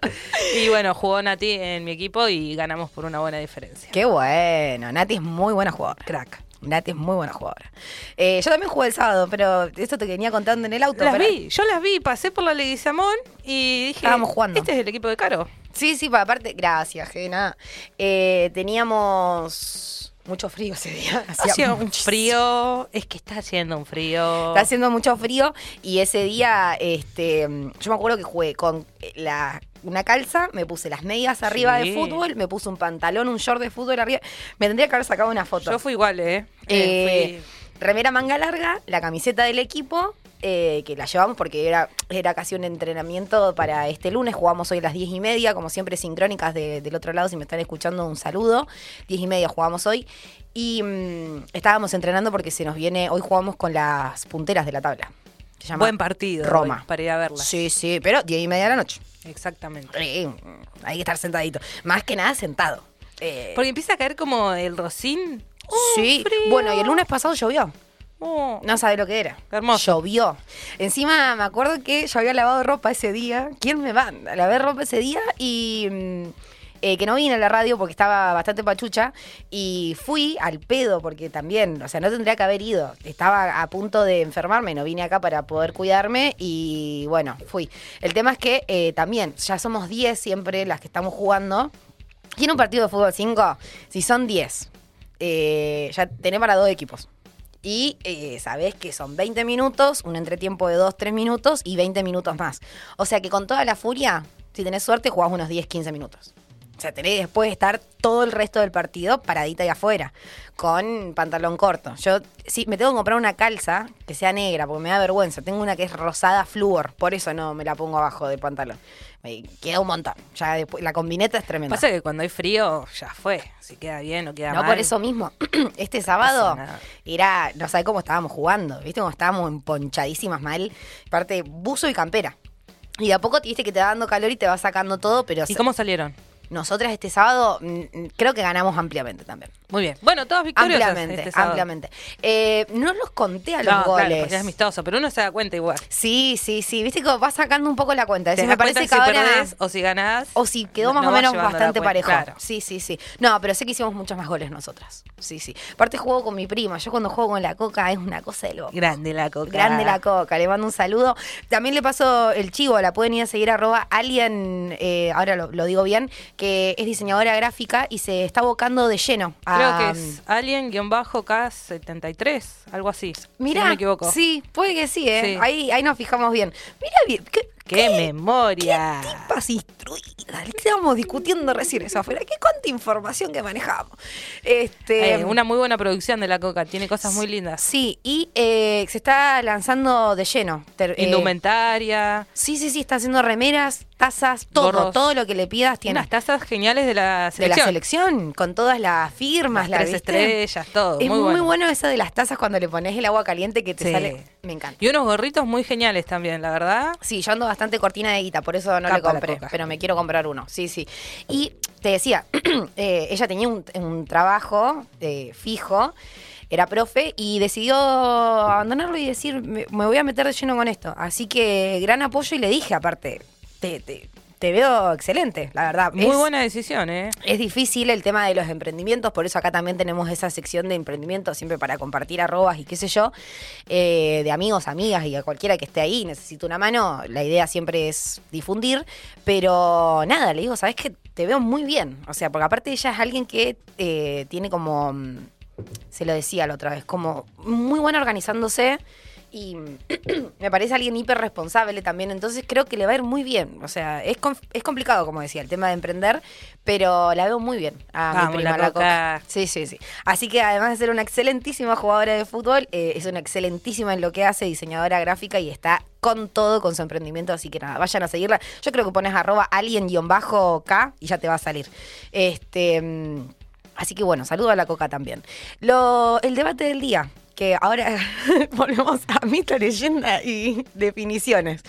Y bueno, jugó Nati en mi equipo y ganamos por una buena diferencia. Qué bueno. Nati es muy buena jugadora. Crack. Nati es muy buena jugadora. Eh, yo también jugué el sábado, pero esto te venía contando en el auto. Las pero- vi, yo las vi, pasé por la Leguizamón y dije, Estábamos jugando. este es el equipo de Caro. Sí, sí, pa- aparte, gracias, Gena. Eh, teníamos mucho frío ese día. Hacía un muchísimo. frío, es que está haciendo un frío. Está haciendo mucho frío y ese día, este, yo me acuerdo que jugué con la, una calza, me puse las medias arriba Sí. de fútbol, me puse un pantalón, un short de fútbol arriba. Me tendría que haber sacado una foto. Yo fui igual, ¿eh? Eh, Eh, remera manga larga, la camiseta del equipo, eh, que la llevamos porque era, era casi un entrenamiento para este lunes. Jugamos hoy a las diez y media, como siempre, sincrónicas de- del otro lado. Si me están escuchando, un saludo. Diez y media jugamos hoy. Y mm, estábamos entrenando porque se nos viene. Hoy jugamos con las punteras de la tabla. Se llama buen partido Roma. hoy para ir a verla. Sí, sí, pero diez y media de la noche. Exactamente. Eh, hay que estar sentadito. Más que nada sentado. Eh, Porque empieza a caer como el rocín. ¡Oh, sí, frío! bueno, y el lunes pasado llovió. Oh. No sabe lo que era. Hermoso. Llovió. Encima me acuerdo que yo había lavado ropa ese día. ¿Quién me manda? Lavé ropa ese día y, mm, eh, que no vine a la radio porque estaba bastante pachucha y fui al pedo porque también, o sea, no tendría que haber ido. Estaba a punto de enfermarme, no vine acá para poder cuidarme y bueno, fui. El tema es que eh, también ya somos diez siempre las que estamos jugando. Y en un partido de fútbol cinco, si son diez, eh, ya tenés para dos equipos. Y eh, sabés que son veinte minutos, un entretiempo de dos, tres minutos y veinte minutos más. O sea que con toda la furia, si tenés suerte, jugás unos diez, quince minutos. O sea, tenés después de estar todo el resto del partido paradita ahí afuera, con pantalón corto. Yo sí me tengo que comprar una calza que sea negra, porque me da vergüenza. Tengo una que es rosada flúor, por eso no me la pongo abajo del pantalón. Me queda un montón. Ya después, la combineta es tremenda. Pasa que cuando hay frío, ya fue. Si queda bien o queda No, mal. por eso mismo. Este sábado No pasa nada. era, no sabés cómo estábamos jugando. ¿Viste cómo estábamos emponchadísimas mal? Aparte, buzo y campera. Y de a poco, viste que te va dando calor y te va sacando todo, pero... ¿Y cómo salieron? Nosotras este sábado mm, creo que ganamos ampliamente también. Muy bien. Bueno, todas victoriosas Ampliamente, este sábado. ampliamente. Eh, no los conté a los No, goles. claro, porque es amistoso, pero uno se da cuenta igual. Sí, sí, sí. Viste que vas sacando un poco la cuenta. Te Eso das me parece cuenta que si ahora... perdés o si ganás. O si quedó no- más no o vas menos llevando la bastante cuenta, parejo. claro. Sí, sí, sí. No, pero sé que hicimos muchos más goles nosotras. Sí, sí. Aparte juego con mi prima. Yo cuando juego con la Coca es una cosa de loco. Grande la Coca. Grande la Coca, le mando un saludo. También le paso el chivo, la pueden ir a seguir arroba alien, eh, ahora lo, lo digo bien, que es diseñadora gráfica y se está abocando de lleno a... Creo que es Alien-K setenta y tres, algo así. Mirá, si no me equivoco. sí, puede que sí, ¿eh? Sí. Ahí, ahí nos fijamos bien. Mirá bien, ¿qué, ¡Qué memoria! tipas instruidas! Le estábamos discutiendo recién eso afuera. ¿Qué cuánta información que manejamos? Este, Eh, una muy buena producción de la Coca, tiene cosas muy lindas. Sí, y eh, se está lanzando de lleno. Ter- eh, Indumentaria, sí, sí, sí, está haciendo remeras, tazas, todo, Gorros. todo lo que le pidas tiene. unas tazas geniales de la De la selección. selección, con todas las firmas, Las la tres ¿viste? estrellas, todo. Es muy, muy, bueno. bueno eso de las tazas cuando le pones el agua caliente que te Sí. sale. Me encanta. Y unos gorritos muy geniales también, la verdad. Sí, yo ando bastante cortina de guita, por eso no Capa le compré, la Coca. pero me quiero comprar uno. Sí, sí. Y te decía, eh, ella tenía un, un trabajo eh, fijo, era profe, y decidió abandonarlo y decir, me, me voy a meter de lleno con esto. Así que gran apoyo y le dije, aparte, te, te, te veo excelente, la verdad. Muy Es- buena decisión, ¿eh? Es difícil el tema de los emprendimientos, por eso acá también tenemos esa sección de emprendimientos, siempre para compartir arrobas y qué sé yo, eh, de amigos, amigas y a cualquiera que esté ahí, necesita una mano, la idea siempre es difundir, pero nada, le digo, ¿sabes qué? Te veo muy bien, o sea, porque aparte ella es alguien que eh, tiene como, mm, se lo decía la otra vez, como muy buena organizándose. Y me parece alguien hiper responsable también, entonces creo que le va a ir muy bien. O sea, es, com- es complicado, como decía, el tema de emprender, pero la veo muy bien a Vamos, mi prima, la la Coca. Coca. Sí, sí, sí. Así que además de ser una excelentísima jugadora de fútbol, eh, es una excelentísima en lo que hace, diseñadora gráfica y está con todo con su emprendimiento, así que nada, vayan a seguirla. Yo creo que pones arroba alien-k y ya te va a salir. Este, mm, así que bueno, saludo a la Coca también. Lo, el debate del día. Que ahora volvemos a mito, leyenda y definiciones.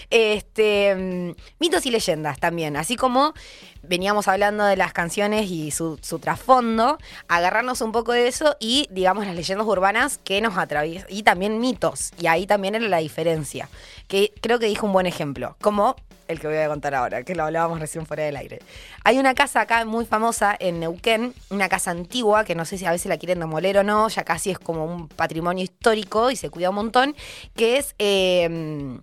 Este, mm, mitos y leyendas también, así como veníamos hablando de las canciones y su, su trasfondo, agarrarnos un poco de eso y, digamos, las leyendas urbanas que nos atraviesan, y también mitos, y ahí también era la diferencia, que creo que dijo un buen ejemplo, como el que voy a contar ahora, que lo hablábamos recién fuera del aire. Hay una casa acá muy famosa en Neuquén, una casa antigua, que no sé si a veces la quieren demoler o no, ya casi es como un patrimonio histórico y se cuida un montón, que es eh,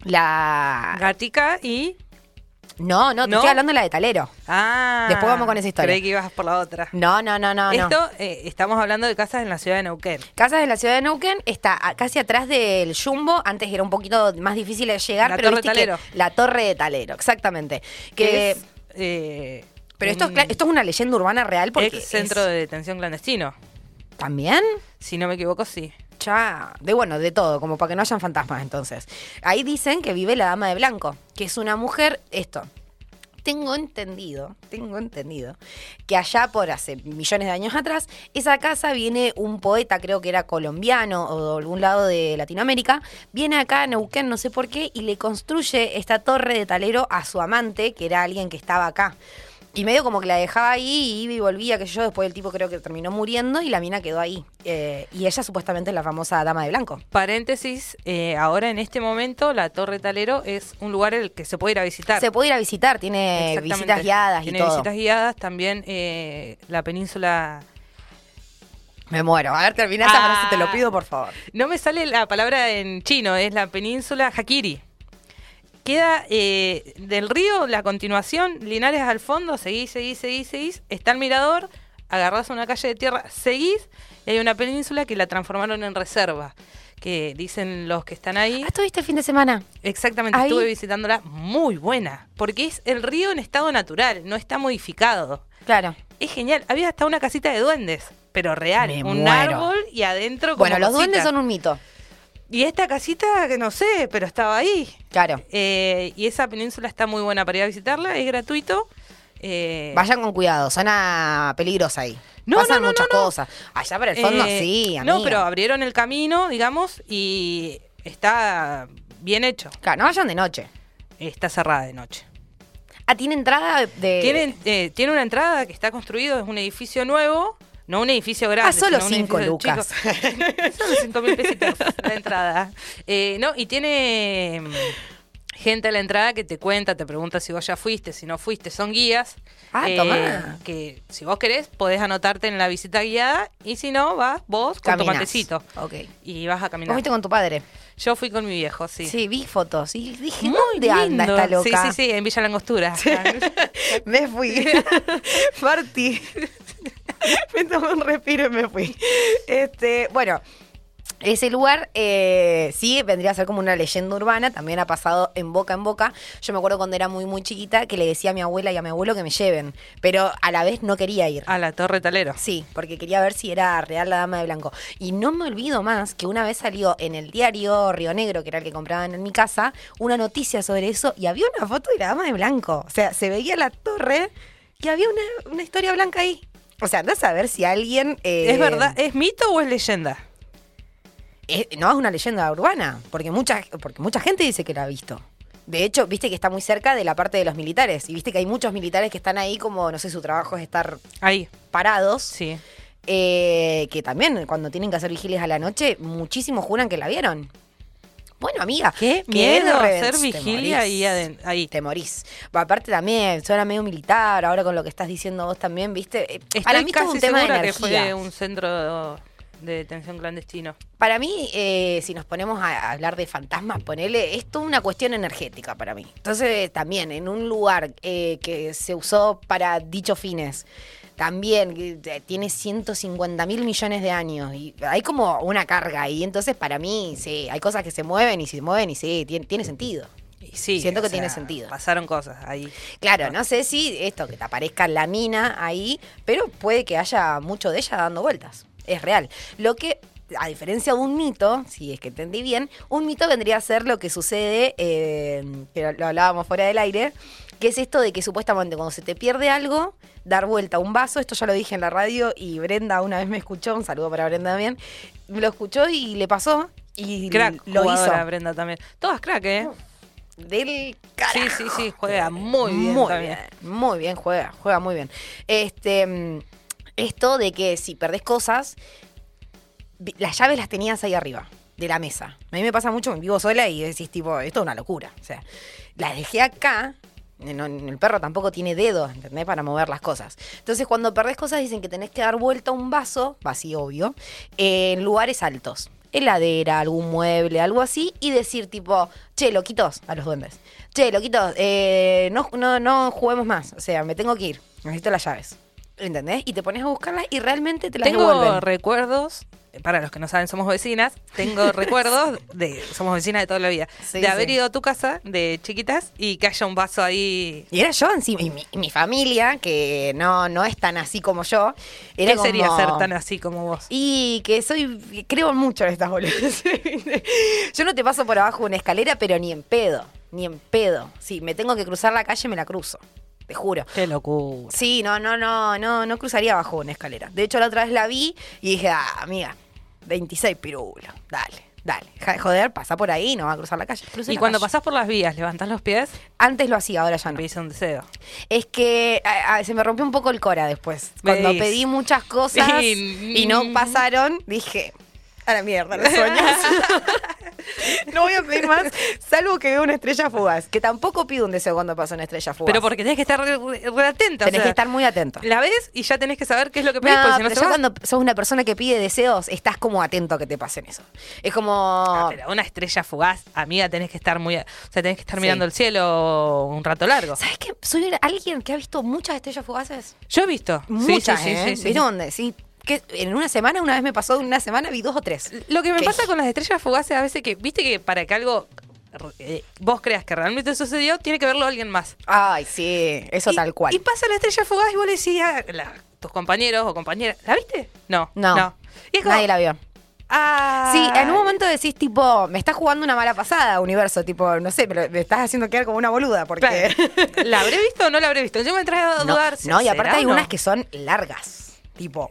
la... Gatica y... No, no, te ¿No? estoy hablando de la de Talero. Ah. Después vamos con esa historia. Creí que ibas por la otra. No, no, no, no. Esto, no. eh, estamos hablando de casas en la ciudad de Neuquén. Casas de la ciudad de Neuquén está a- casi atrás del Jumbo. Antes era un poquito más difícil de llegar, La pero Torre viste que- Talero. la Torre de Talero, exactamente. Que Que, es... eh, pero esto, es un cla- esto es una leyenda urbana real porque ex centro es- de detención clandestino. ¿También? Si no me equivoco, sí. Ya, de bueno, de todo, como para que no hayan fantasmas entonces. Ahí dicen que vive la Dama de Blanco, que es una mujer, esto... Tengo entendido, tengo entendido, que allá por hace millones de años atrás, esa casa viene un poeta, creo que era colombiano o de algún lado de Latinoamérica, viene acá a Neuquén, no sé por qué, y le construye esta torre de Talero a su amante, que era alguien que estaba acá. Y medio como que la dejaba ahí y iba y volvía, que yo, después el tipo creo que terminó muriendo y la mina quedó ahí. Eh, y ella supuestamente es la famosa Dama de Blanco. Paréntesis, eh, ahora en este momento la Torre Talero es un lugar el que se puede ir a visitar. Se puede ir a visitar, tiene Exactamente. visitas guiadas Tiene y todo. visitas guiadas, también eh, la península... Me muero. A ver, termina esa Ah. frase, te lo pido, por favor. No me sale la palabra en chino, es la península Hakiri. Queda eh, del río, la continuación, Linares al fondo, seguís, seguís, seguís, seguís, está el mirador, agarrás una calle de tierra, seguís, y hay una península que la transformaron en reserva, que dicen los que están ahí. Ah, ¿estuviste el fin de semana? Exactamente, ahí. estuve visitándola, muy buena, porque es el río en estado natural, no está modificado. Claro. Es genial, había hasta una casita de duendes, pero real, Me un muero. árbol y adentro como Bueno, los cositas. duendes son un mito. Y esta casita, que no sé, pero estaba ahí. Claro. Eh, y esa península está muy buena para ir a visitarla, es gratuito. Eh, Vayan con cuidado, zona peligrosa ahí. No, Pasan no, no, muchas no, no. cosas. Allá para el fondo eh, sí, amiga. No, pero abrieron el camino, digamos, y está bien hecho. Claro, no vayan de noche. Está cerrada de noche. Ah, ¿tiene entrada de...? Tiene, eh, tiene una entrada que está construido, es un edificio nuevo, no un edificio grande. Ah, solo sino un cinco edificio lucas. chico. Solo cinco mil pesitos la entrada. Eh, no, y tiene mm, gente a la entrada que te cuenta, te pregunta si vos ya fuiste, si no fuiste, son guías. Ah, eh, tomá. Que si vos querés, podés anotarte en la visita guiada, y si no, vas vos con Caminás. tu matecito. Ok. Y vas a ¿Vos caminar. fuiste con tu padre? Yo fui con mi viejo, sí. Sí, vi fotos y dije, Muy ¿dónde anda lindo. esta loca? Sí, sí, sí, en Villa Langostura. Me fui. Partí. Me tomé un respiro y me fui. Este, bueno, ese lugar eh, sí vendría a ser como una leyenda urbana, también ha pasado en boca en boca. Yo me acuerdo cuando era muy muy chiquita que le decía a mi abuela y a mi abuelo que me lleven, pero a la vez no quería ir. A la Torre Talero. Sí, porque quería ver si era real la Dama de Blanco. Y no me olvido más que una vez salió en el diario Río Negro, que era el que compraban en mi casa, una noticia sobre eso y había una foto de la Dama de Blanco. O sea, se veía la torre y había una, una historia blanca ahí. O sea, andás a ver si alguien... eh, ¿Es verdad? ¿Es mito o es leyenda? es- no es una leyenda urbana, porque mucha, porque mucha gente dice que la ha visto. De hecho, viste que está muy cerca de la parte de los militares. Y viste que hay muchos militares que están ahí como, no sé, su trabajo es estar Ahí, parados. sí. Eh, que también cuando tienen que hacer vigilias a la noche, muchísimos juran que la vieron. Bueno, amiga, Qué que miedo de re- hacer te vigilia morís. ahí, aden- ahí. Te morís. Bueno, aparte también, suena medio militar, ahora con lo que estás diciendo vos también, ¿viste? Eh, Estoy Para mí esto es casi un tema de segura que energía. fue un centro de detención clandestino. Para mí, eh, si nos ponemos a hablar de fantasmas, ponele, es toda una cuestión energética para mí. Entonces, también, en un lugar eh, que se usó para dichos fines, también que tiene ciento cincuenta mil millones de años, y hay como una carga ahí. Entonces, para mí, sí, hay cosas que se mueven y se mueven y sí, tiene, tiene sentido. Y sí, Siento o que sea, tiene sentido. Pasaron cosas ahí. Claro, no sé si esto, que te aparezca la mina ahí, pero puede que haya mucho de ella dando vueltas. Es real. Lo que, a diferencia de un mito, si es que entendí bien, un mito vendría a ser lo que sucede, eh, que lo- lo hablábamos fuera del aire, que es esto de que supuestamente cuando se te pierde algo, dar vuelta a un vaso, esto ya lo dije en la radio y Brenda una vez me escuchó, un saludo para Brenda también, me lo escuchó y le pasó y Crack, lo jugadora, hizo. Brenda también. Todas crack, ¿eh? Del carajo. Sí, sí, sí, juega muy bien Muy también. bien, muy bien, juega, juega muy bien. Este, mm, esto de que si perdés cosas, vi- las llaves las tenías ahí arriba, de la mesa. A mí me pasa mucho, vivo sola y decís tipo, esto es una locura. O sea, las dejé acá. No, el perro tampoco tiene dedos, ¿entendés? Para mover las cosas. Entonces, cuando perdés cosas, dicen que tenés que dar vuelta a un vaso, vacío, obvio, en lugares altos. Heladera, algún mueble, algo así, y decir tipo, che, loquitos, a los duendes. Che, loquitos, eh, no, no, no juguemos más. O sea, me tengo que ir. Necesito las llaves. ¿Entendés? Y te pones a buscarlas y realmente te las Tengo devuelven. recuerdos, para los que no saben, somos vecinas, tengo recuerdos de, somos vecinas de toda la vida, Sí, de haber sí. ido a tu casa de chiquitas y que haya un vaso ahí. Y era yo encima, y mi, mi familia, que no, no es tan así como yo, era ¿Qué como... sería ser tan así como vos? Y que soy, creo mucho en estas boludeces. Yo no te paso por abajo una escalera, pero ni en pedo, ni en pedo. Si me tengo que cruzar la calle, me la cruzo, te juro. Qué locura. Sí, no, no, no, no, no cruzaría bajo una escalera. De hecho, la otra vez la vi y dije, ah, amiga, veintiséis pirulos, dale. Dale, deja de joder, pasa por ahí, no va a cruzar la calle. Cruce Y la cuando calle. pasás por las vías, levantás los pies, Antes lo hacía, ahora ya no. pedís un deseo. Es que a- a- se me rompió un poco el cora después. Cuando ¿Veis? pedí muchas cosas Y- y no pasaron, dije, a la mierda, los sueños. No voy a pedir más, salvo que vea una estrella fugaz. Que tampoco pido un deseo cuando pasa una estrella fugaz. Pero porque tenés que estar re, re- re atenta. o tenés sea, que estar muy atento. La ves y ya tenés que saber qué es lo que No, pedís, porque si no pero se ya va. cuando sos una persona que pide deseos, estás como atento a que te pasen eso. Es como... Ah, pero una estrella fugaz, amiga, tenés que estar muy... O sea, tenés que estar Sí. mirando el cielo un rato largo. ¿Sabes qué? Soy alguien que ha visto muchas estrellas fugaces. Yo he visto. Sí, Muchas, sí, sí, ¿eh? sí, sí. ¿Viste dónde? Sí. Que en una semana, una vez me pasó, en una semana vi dos o tres. Lo que me ¿Qué? pasa con las estrellas fugaces a veces que, viste que para que algo eh, vos creas que realmente sucedió, tiene que verlo alguien más. Ay, sí, eso Y- tal cual. Y pasa la estrella fugaz y vos le decís a la- tus compañeros o compañeras, ¿la viste? No. No. Y es como, Nadie la vio. ah, Sí, en un momento decís, tipo, me estás jugando una mala pasada, universo, tipo, no sé, pero me estás haciendo quedar como una boluda, porque... claro, ¿la habré visto o no la habré visto? Yo me traje a No, dudar. no, y aparte ¿será hay o no? unas que son largas, tipo...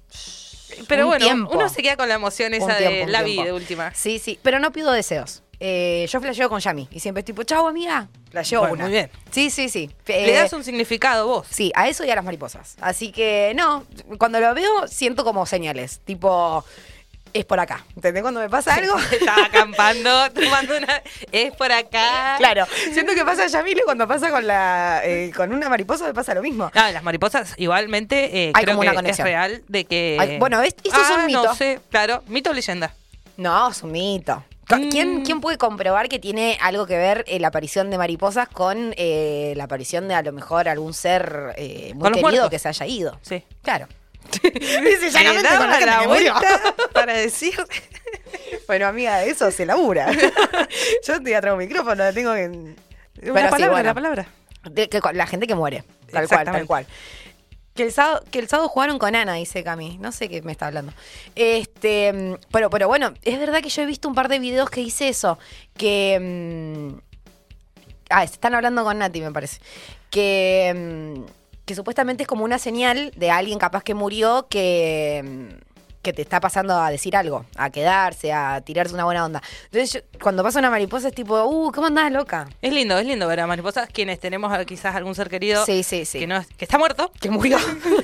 Pero un bueno, tiempo. uno se queda con la emoción esa Un tiempo, de un la tiempo. vida de última. Sí, sí, pero no pido deseos. Eh, yo flasheo con Yami y siempre tipo, chau, amiga. Flasheo Bueno, una. muy bien. Sí, sí, sí. Le Eh, das un significado vos. Sí, a eso y a las mariposas. Así que, no, cuando lo veo siento como señales, tipo, es por acá. ¿Entendés? Cuando me pasa algo... Estaba acampando, tomando una... Es por acá. Claro, siento que pasa Yamile cuando pasa con la eh, con una mariposa me pasa lo mismo. No, las mariposas igualmente eh, Hay creo como una que conexión. es real de que... Ay, bueno, es- eso es ah, un mito. no sé, claro, mito o leyenda. No, es un mito. Co- ¿Quién, Mm. ¿Quién puede comprobar que tiene algo que ver eh, la aparición de mariposas con eh, la aparición de a lo mejor algún ser eh, muy Con los querido muertos. que se haya ido? Sí. Claro. Dice llanamente Le con la daba gente la que murió. vuelta para decir... Bueno, amiga, de eso se labura. Yo te traigo un micrófono, tengo que... Una Pero palabra, sí, bueno. la palabra. De- que con la gente que muere. Tal cual, Exactamente. tal cual. Que el, sábado, que el sábado jugaron con Ana, dice Cami. No sé qué me está hablando. Este, mm, pero, pero bueno, es verdad que yo he visto un par de videos que dice eso. Que. mm, ah, se están hablando con Nati, me parece. Que. mm, que supuestamente es como una señal de alguien capaz que murió que. mm, que te está pasando a decir algo, a quedarse, a tirarse una buena onda. Entonces, yo- cuando pasa una mariposa es tipo, uh, ¿cómo andás, loca? Es lindo, es lindo ver a mariposas, quienes tenemos a- quizás algún ser querido Sí, sí, sí. que no es- que está muerto. Que murió.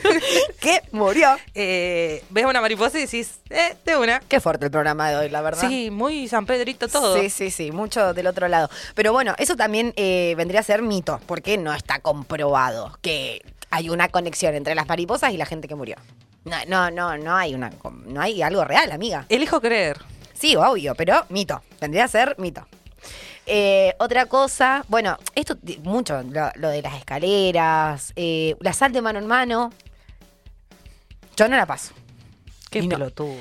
que murió. Eh, ves a una mariposa y decís, eh, de una. Qué fuerte el programa de hoy, la verdad. Sí, muy San Pedrito todo. Sí, sí, sí, mucho del otro lado. Pero bueno, eso también eh, vendría a ser mito, porque no está comprobado que hay una conexión entre las mariposas y la gente que murió. No, no, no, no hay una, no hay algo real, amiga. Elijo creer. Sí, obvio, pero mito. Vendría a ser mito. Eh, otra cosa, bueno, esto di- mucho, lo, lo de las escaleras, eh, la sal de mano en mano. Yo no la paso. Qué Y no. pelotudo.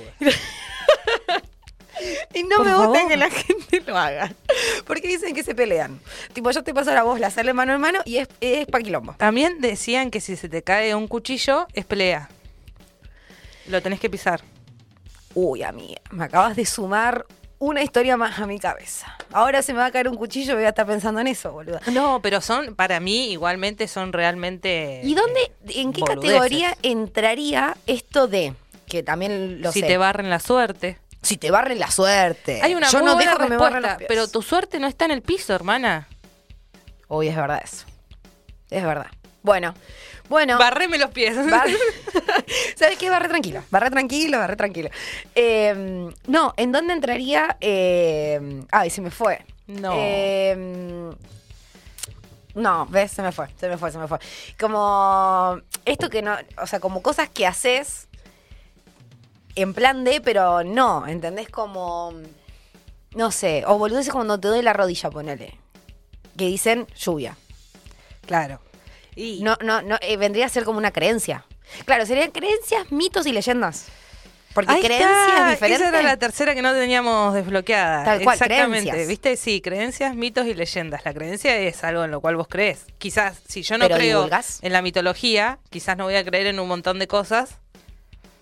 Y no Por me gusta favor. que la gente lo haga. Porque dicen que se pelean. Tipo, yo te paso a vos la sal de mano en mano y es, es pa' quilombo. También decían que si se te cae un cuchillo, es pelea. Lo tenés que pisar. Uy, amiga, me acabas de sumar una historia más a mi cabeza. Ahora se me va a caer un cuchillo y voy a estar pensando en eso, boluda. No, pero son, para mí, igualmente son realmente... ¿Y dónde, en qué boludeces. categoría entraría esto de, que también lo si sé, te barren la suerte. si te barren la suerte? Hay una Yo muy no buena dejo que me barren los respuesta, pies. pero tu suerte no está en el piso, hermana. Uy, es verdad eso. Es verdad. Bueno, bueno. Barreme los pies. Bar- ¿Sabes qué? Barre tranquilo. Barre tranquilo, barre tranquilo. Eh, no, ¿en dónde entraría? Eh, ay, se me fue. No. Eh, no, ves, se me fue, se me fue, se me fue. Como esto que no, o sea, como cosas que haces en plan de, pero no, ¿entendés? Como, no sé, o boludeces cuando te doy la rodilla, ponele. Que dicen lluvia. Claro. Y No, no, no, eh, vendría a ser como una creencia. Claro, serían creencias, mitos y leyendas. Porque ahí creencia está. es diferente. Esa era la tercera que no teníamos desbloqueada. Tal cual, Exactamente. creencias. ¿Viste? Sí, creencias, mitos y leyendas. La creencia es algo en lo cual vos crees. Quizás, si yo no Pero creo divulgás. en la mitología, quizás no voy a creer en un montón de cosas.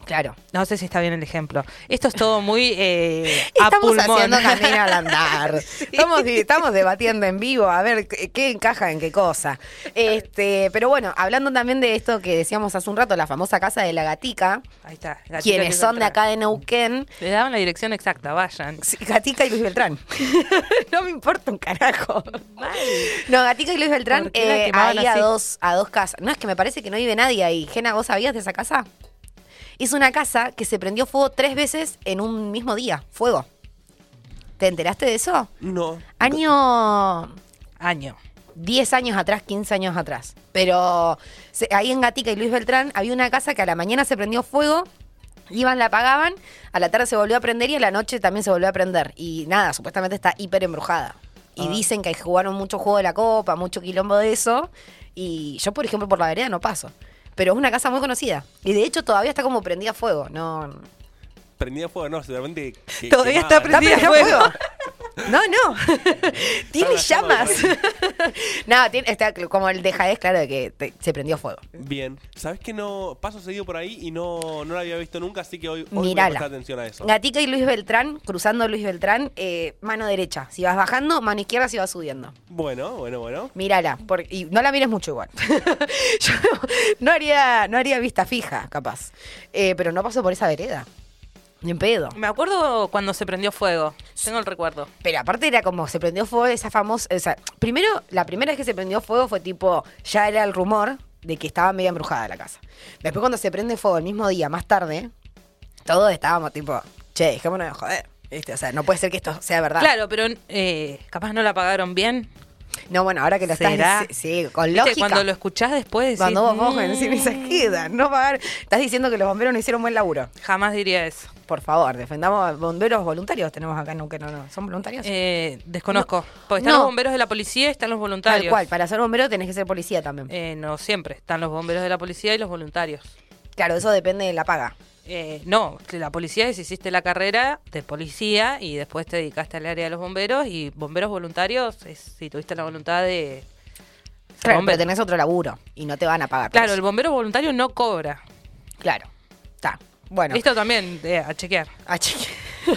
Claro. No sé si está bien el ejemplo. Esto es todo muy eh, a Estamos pulmón. haciendo camino al andar. Sí. Estamos, estamos debatiendo en vivo a ver qué, qué encaja en qué cosa. Este, pero bueno, hablando también de esto que decíamos hace un rato, la famosa casa de la Gatica. Ahí está. Gatica Quienes son de acá de Neuquén. Le daban la dirección exacta, vayan. Sí, Gatica y Luis Beltrán. No me importa un carajo. Mal. No, Gatica y Luis Beltrán, ¿Por qué la eh, quemaban ahí a así? dos, a dos casas. No, es que me parece que no vive nadie ahí. Gena, ¿vos sabías de esa casa? Es una casa que se prendió fuego tres veces en un mismo día. Fuego. ¿Te enteraste de eso? No. Año Año. diez años atrás, quince años atrás. Pero se- ahí en Gatica y Luis Beltrán había una casa que a la mañana se prendió fuego, iban, la apagaban, a la tarde se volvió a prender y a la noche también se volvió a prender. Y nada, supuestamente está hiper embrujada. Y Ah. dicen que jugaron mucho juego de la copa, mucho quilombo de eso. Y yo, por ejemplo, por la vereda no paso. Pero es una casa muy conocida. Y de hecho todavía está como prendida a fuego. No, Prendida fuego, no, seguramente. que- Todavía quemada, está ¿no? prendida ¿Está fuego. prendida No, no. Tiene Está la llama llamas. No, tiene, está como el dejadez, claro, de que te- se prendió fuego. Bien. ¿Sabes que no paso seguido por ahí y no, no la había visto nunca? Así que hoy, hoy voy a Mirala. prestar atención a eso. Gatica y Luis Beltrán, cruzando Luis Beltrán, eh, mano derecha. Si vas bajando, mano izquierda si vas subiendo. Bueno, bueno, bueno. Mírala. por- y no la mires mucho igual. Yo no haría, no haría vista fija, capaz. Eh, pero no paso por esa vereda. Ni en pedo. Me acuerdo cuando se prendió fuego. Tengo el recuerdo. Pero aparte era como se prendió fuego esa famosa. O sea, primero, la primera vez que se prendió fuego fue tipo, ya era el rumor de que estaba medio embrujada la casa. Después, cuando se prende fuego el mismo día, más tarde, todos estábamos tipo, che, dejémonos de joder. ¿Viste? O sea, no puede ser que esto sea verdad. Claro, pero eh, capaz no la pagaron bien. No, bueno, ahora que lo ¿Será? estás diciendo, sí, con ¿Viste? lógica. Cuando lo escuchás después decís, Cuando vos vos "Mm, en cine se queda, no pagar. Estás diciendo que los bomberos no hicieron buen laburo. Jamás diría eso. Por favor, defendamos a bomberos voluntarios. Tenemos acá en Neuquén, no, no. ¿Son voluntarios? Eh, desconozco. Porque están No. los bomberos de la policía y están los voluntarios. Tal cual, para ser bombero tenés que ser policía también. Eh, no siempre. Están los bomberos de la policía y los voluntarios. Claro, eso depende de la paga. Eh, no, que la policía es si hiciste la carrera de policía y después te dedicaste al área de los bomberos, y bomberos voluntarios es si tuviste la voluntad de ser Claro, bombero. pero tenés otro laburo y no te van a pagar. por Claro, eso. el bombero voluntario no cobra. Claro. Está. Bueno. Esto también eh, a chequear. Ah, chique.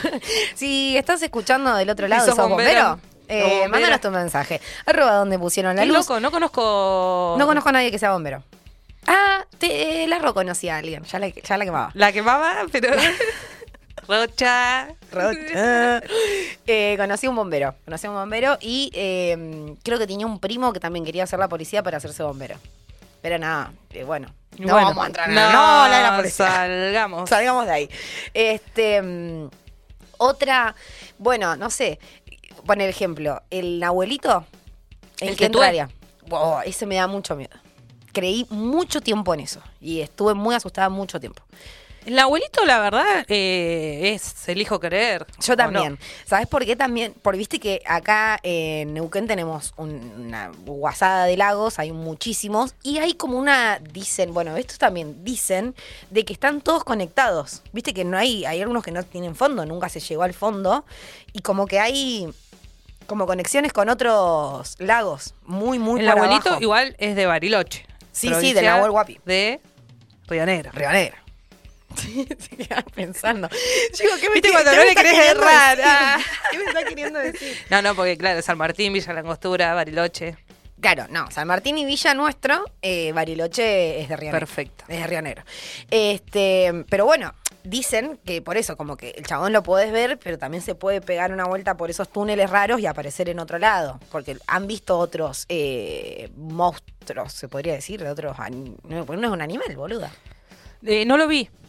Si estás escuchando del otro lado, sos sos bombero, bombero, eh, o bombera. mándanos tu mensaje. Arroba donde pusieron la Qué luz. loco, no conozco... No conozco a nadie que sea bombero. Ah, te, la Ro conocía a alguien. Ya la, ya la quemaba. La quemaba, pero... Rocha. Rocha. Eh, conocí a un bombero. Conocí a un bombero y eh, creo que tenía un primo que también quería hacer la policía para hacerse bombero. Pero nada, eh, bueno. No Bueno, vamos a entrar en no, la- no, la de la policía. salgamos. Salgamos de ahí. Este, mm, otra, bueno, no sé. Poner ejemplo, el abuelito, el, El que tetué. entraría. Wow, ese me da mucho miedo. Creí mucho tiempo en eso y estuve muy asustada mucho tiempo. El abuelito, la verdad, eh, es elijo creer. Yo ¿o también. no? ¿Sabes por qué también? Porque viste que acá en Neuquén tenemos un- una guasada de lagos, hay muchísimos, y hay como una, dicen, bueno, estos también dicen, de que están todos conectados. Viste que no hay, hay algunos que no tienen fondo, nunca se llegó al fondo, y como que hay como conexiones con otros lagos, muy, muy El por abuelito abajo. igual es de Bariloche. Sí, sí, provincia de Nahuel Huapi. De Río Negro. Río Negro. Sí, se quedan pensando. Yo digo, ¿qué me, ¿Viste qué- cuando qué no me le está querés queriendo errar? decir? Ah. ¿Qué me está queriendo decir? No, no, porque claro, San Martín, Villa Langostura, Bariloche. Claro, no, San Martín y Villa nuestro, eh, Bariloche es de Río Negro. Perfecto. Es de Río Negro. Este, pero bueno, dicen que por eso, como que el chabón lo podés ver, pero también se puede pegar una vuelta por esos túneles raros y aparecer en otro lado. Porque han visto otros eh, monstruos, se podría decir, de otros. ani- No, porque no es un animal, boluda. Eh, no lo vi.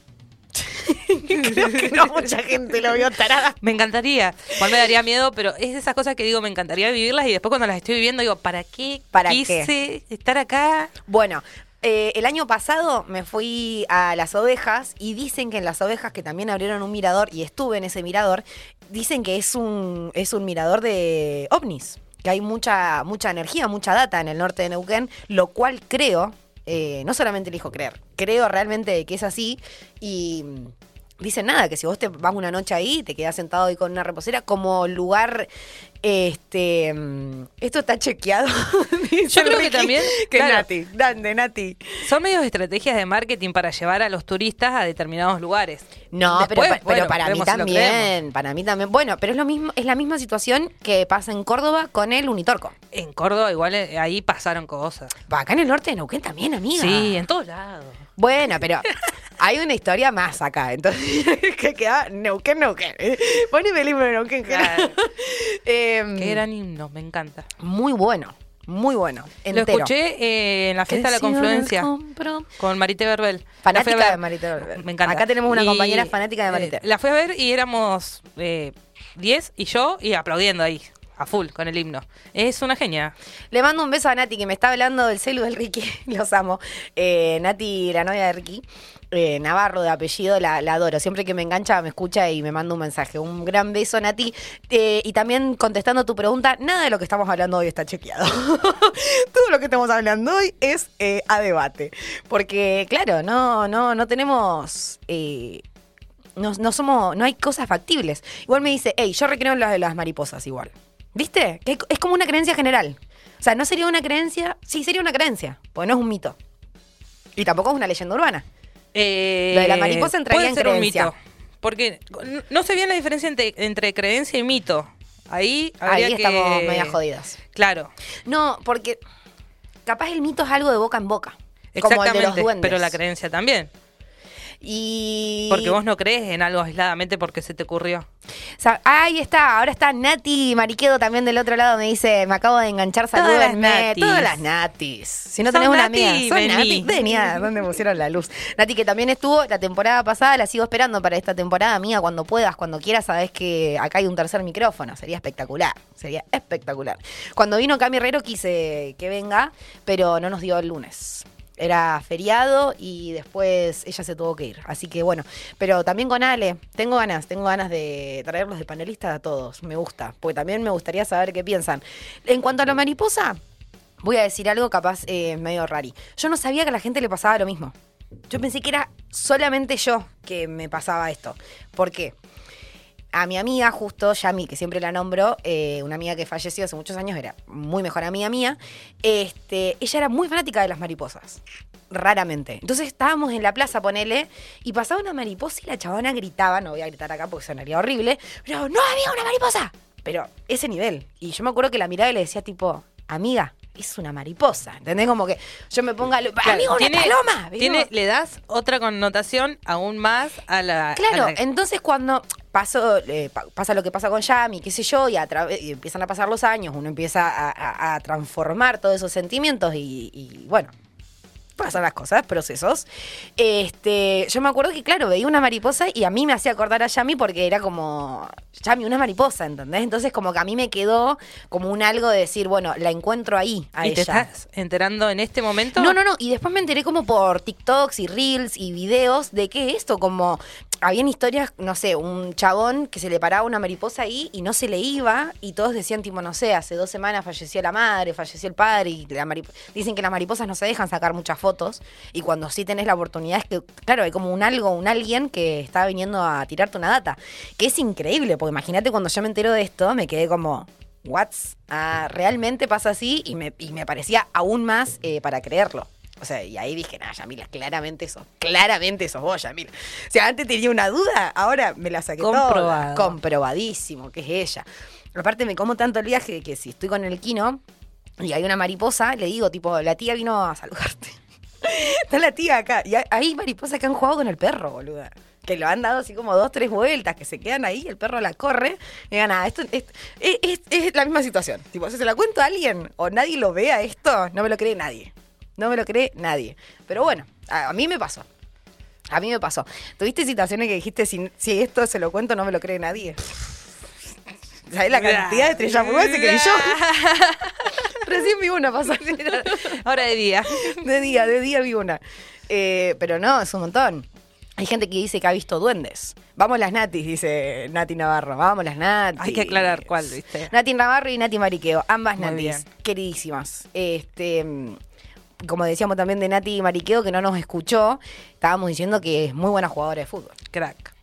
Creo que no mucha gente lo vio tarada. Me encantaría. Igual me daría miedo, pero es de esas cosas que digo, me encantaría vivirlas y después cuando las estoy viviendo digo, ¿para qué ¿Para quise estar acá? Bueno, eh, el año pasado me fui a Las Ovejas y dicen que en Las Ovejas, que también abrieron un mirador, y estuve en ese mirador, dicen que es un, es un mirador de ovnis, que hay mucha, mucha energía, mucha data en el norte de Neuquén, lo cual creo, eh, no solamente elijo creer, creo realmente que es así y... dicen nada, que si vos te vas una noche ahí, te quedás sentado ahí con una reposera, como lugar, este, esto está chequeado. Yo creo que también, que claro, Nati, grande Nati. son medios estrategias de marketing para llevar a los turistas a determinados lugares. No, Después, pero, pero bueno, para mí vemos si lo también, creemos. para mí también. Bueno, pero es lo mismo, es la misma situación que pasa en Córdoba con el Unitorco. En Córdoba igual eh, ahí pasaron cosas. Va, acá en el norte de Neuquén también, amiga. Sí, en todos lados. Bueno, pero hay una historia más acá, entonces que queda Neuquén, Neuquén. Poneme el libro de Neuquén, Claro. eh, Qué gran himno, me encanta. Muy bueno, muy bueno. Lo Entero. escuché eh, en la fiesta de la Creció en el Confluencia compro. con Marité Verbel. La fui a Fanática ver. de Marité Verbel. Me encanta. Acá tenemos una Y, compañera fanática de Marité. eh, la fui a ver y éramos eh, diez y yo y aplaudiendo ahí, a full, con el himno. Es una genia. Le mando un beso a Nati, que me está hablando del celu del Ricky. Los amo. Eh, Nati, la novia de Ricky. Eh, Navarro de apellido, la, la adoro. Siempre que me engancha me escucha y me manda un mensaje. Un gran beso, Nati. Eh, y también contestando tu pregunta, nada de lo que estamos hablando hoy está chequeado. Todo lo que estamos hablando hoy es eh, a debate. Porque, claro, no, no, no tenemos... Eh, no, no somos, no hay cosas factibles. Igual me dice, hey, yo recreo en las de las mariposas igual. ¿Viste? Que es como una creencia general. O sea, no sería una creencia, sí sería una creencia, porque no es un mito. Y tampoco es una leyenda urbana. Eh, Lo de la mariposa entraría puede en ser creencia. un mito. Porque no- no sé bien la diferencia entre, entre creencia y mito. Ahí habría Ahí que... estamos media jodidas. Claro, No, porque capaz el mito es algo de boca en boca. Como el de los exactamente. duendes. Pero la creencia también. Y... Porque vos no crees en algo aisladamente porque se te ocurrió. O sea, ahí está, ahora está Nati Mariquedo también del otro lado, me dice, me acabo de enganchar, Todas las salúdenme. natis. Todas las natis. Si no Son tenés una Nati, amiga, son vení. Nati. Vení a donde pusieron la luz. Nati, que también estuvo la temporada pasada, la sigo esperando para esta temporada, amiga, cuando puedas, cuando quieras, sabés que acá hay un tercer micrófono, sería espectacular, sería espectacular. Cuando vino Cami Herrero quise que venga, pero no nos dio el lunes. Era feriado y después ella se tuvo que ir. Así que bueno, pero también con Ale, tengo ganas, tengo ganas de traerlos de panelistas a todos. Me gusta, porque también me gustaría saber qué piensan. En cuanto a la mariposa, voy a decir algo capaz eh, medio rari. Yo no sabía que a la gente le pasaba lo mismo. Yo pensé que era solamente yo que me pasaba esto. ¿Por qué? A mi amiga, justo, Yami, que siempre la nombro, eh, una amiga que falleció hace muchos años, era muy mejor amiga mía, este, ella era muy fanática de las mariposas, raramente. Entonces estábamos en la plaza, ponele, y pasaba una mariposa y la chabona gritaba, no voy a gritar acá porque sonaría horrible, pero ¡no había una mariposa! Pero ese nivel. Y yo me acuerdo que la miraba y le decía tipo, amiga, es una mariposa, ¿entendés? Como que yo me ponga, Claro, amigo, una paloma. ¿viste? tiene, le das otra connotación aún más a la... Claro, a la- entonces cuando pasó, eh, pa- pasa lo que pasa con Yami, qué sé yo, y, a tra- y empiezan a pasar los años, uno empieza a, a- a transformar todos esos sentimientos y, y, bueno, pasan las cosas, procesos. Este, yo me acuerdo que, claro, veía una mariposa y a mí me hacía acordar a Yami porque era como, Yami, una mariposa, ¿entendés? Entonces como que a mí me quedó como un algo de decir, bueno, la encuentro ahí, a ¿Y te ella. estás enterando en este momento? No, no, no. Y después me enteré como por TikToks y Reels y videos de que esto, como habían historias, no sé, un chabón que se le paraba una mariposa ahí y no se le iba y todos decían tipo, no sé, hace dos semanas falleció la madre, falleció el padre y la marip- dicen que las mariposas no se dejan sacar muchas fotos y cuando sí tenés la oportunidad es que, claro, hay como un algo, un alguien que está viniendo a tirarte una data, que es increíble, porque imagínate cuando yo me entero de esto, me quedé como... ¿What? Ah, realmente pasa así y me, y me parecía aún más eh, para creerlo. O sea, y ahí dije, nada, Yamila, claramente sos, claramente sos vos, Yamila. O sea, antes tenía una duda, ahora me la saqué Comprobado. toda. Comprobadísimo, que es ella. Aparte me como tanto el viaje que si estoy con el Kino y hay una mariposa, le digo, tipo, la tía vino a saludarte. Está la tía acá. Y hay- hay mariposas que han jugado con el perro, boluda. Que lo han dado así como dos, tres vueltas, que se quedan ahí, el perro la corre. Y digan, nada, esto, esto- es, es- es la misma situación. Tipo, si se la cuento a alguien o nadie lo vea esto, no me lo cree nadie. No me lo cree nadie. Pero bueno, a, a mí me pasó. A mí me pasó. ¿Tuviste situaciones que dijiste, si, si esto se lo cuento, no me lo cree nadie? ¿Sabés la cantidad de estrellas fugaces que vi yo? Recién vi una pasar. Ahora de día. De día, de día vi una. Eh, pero no, es un montón. Hay gente que dice que ha visto duendes. Vamos las natis, dice Nati Navarro. Vamos las natis. Hay que aclarar cuál, ¿viste? Nati Navarro y Nati Mariqueo. Ambas Muy natis. bien. Queridísimas. Este, como decíamos también de Nati Mariqueo, que no nos escuchó, estábamos diciendo que es muy buena jugadora de fútbol. Crack.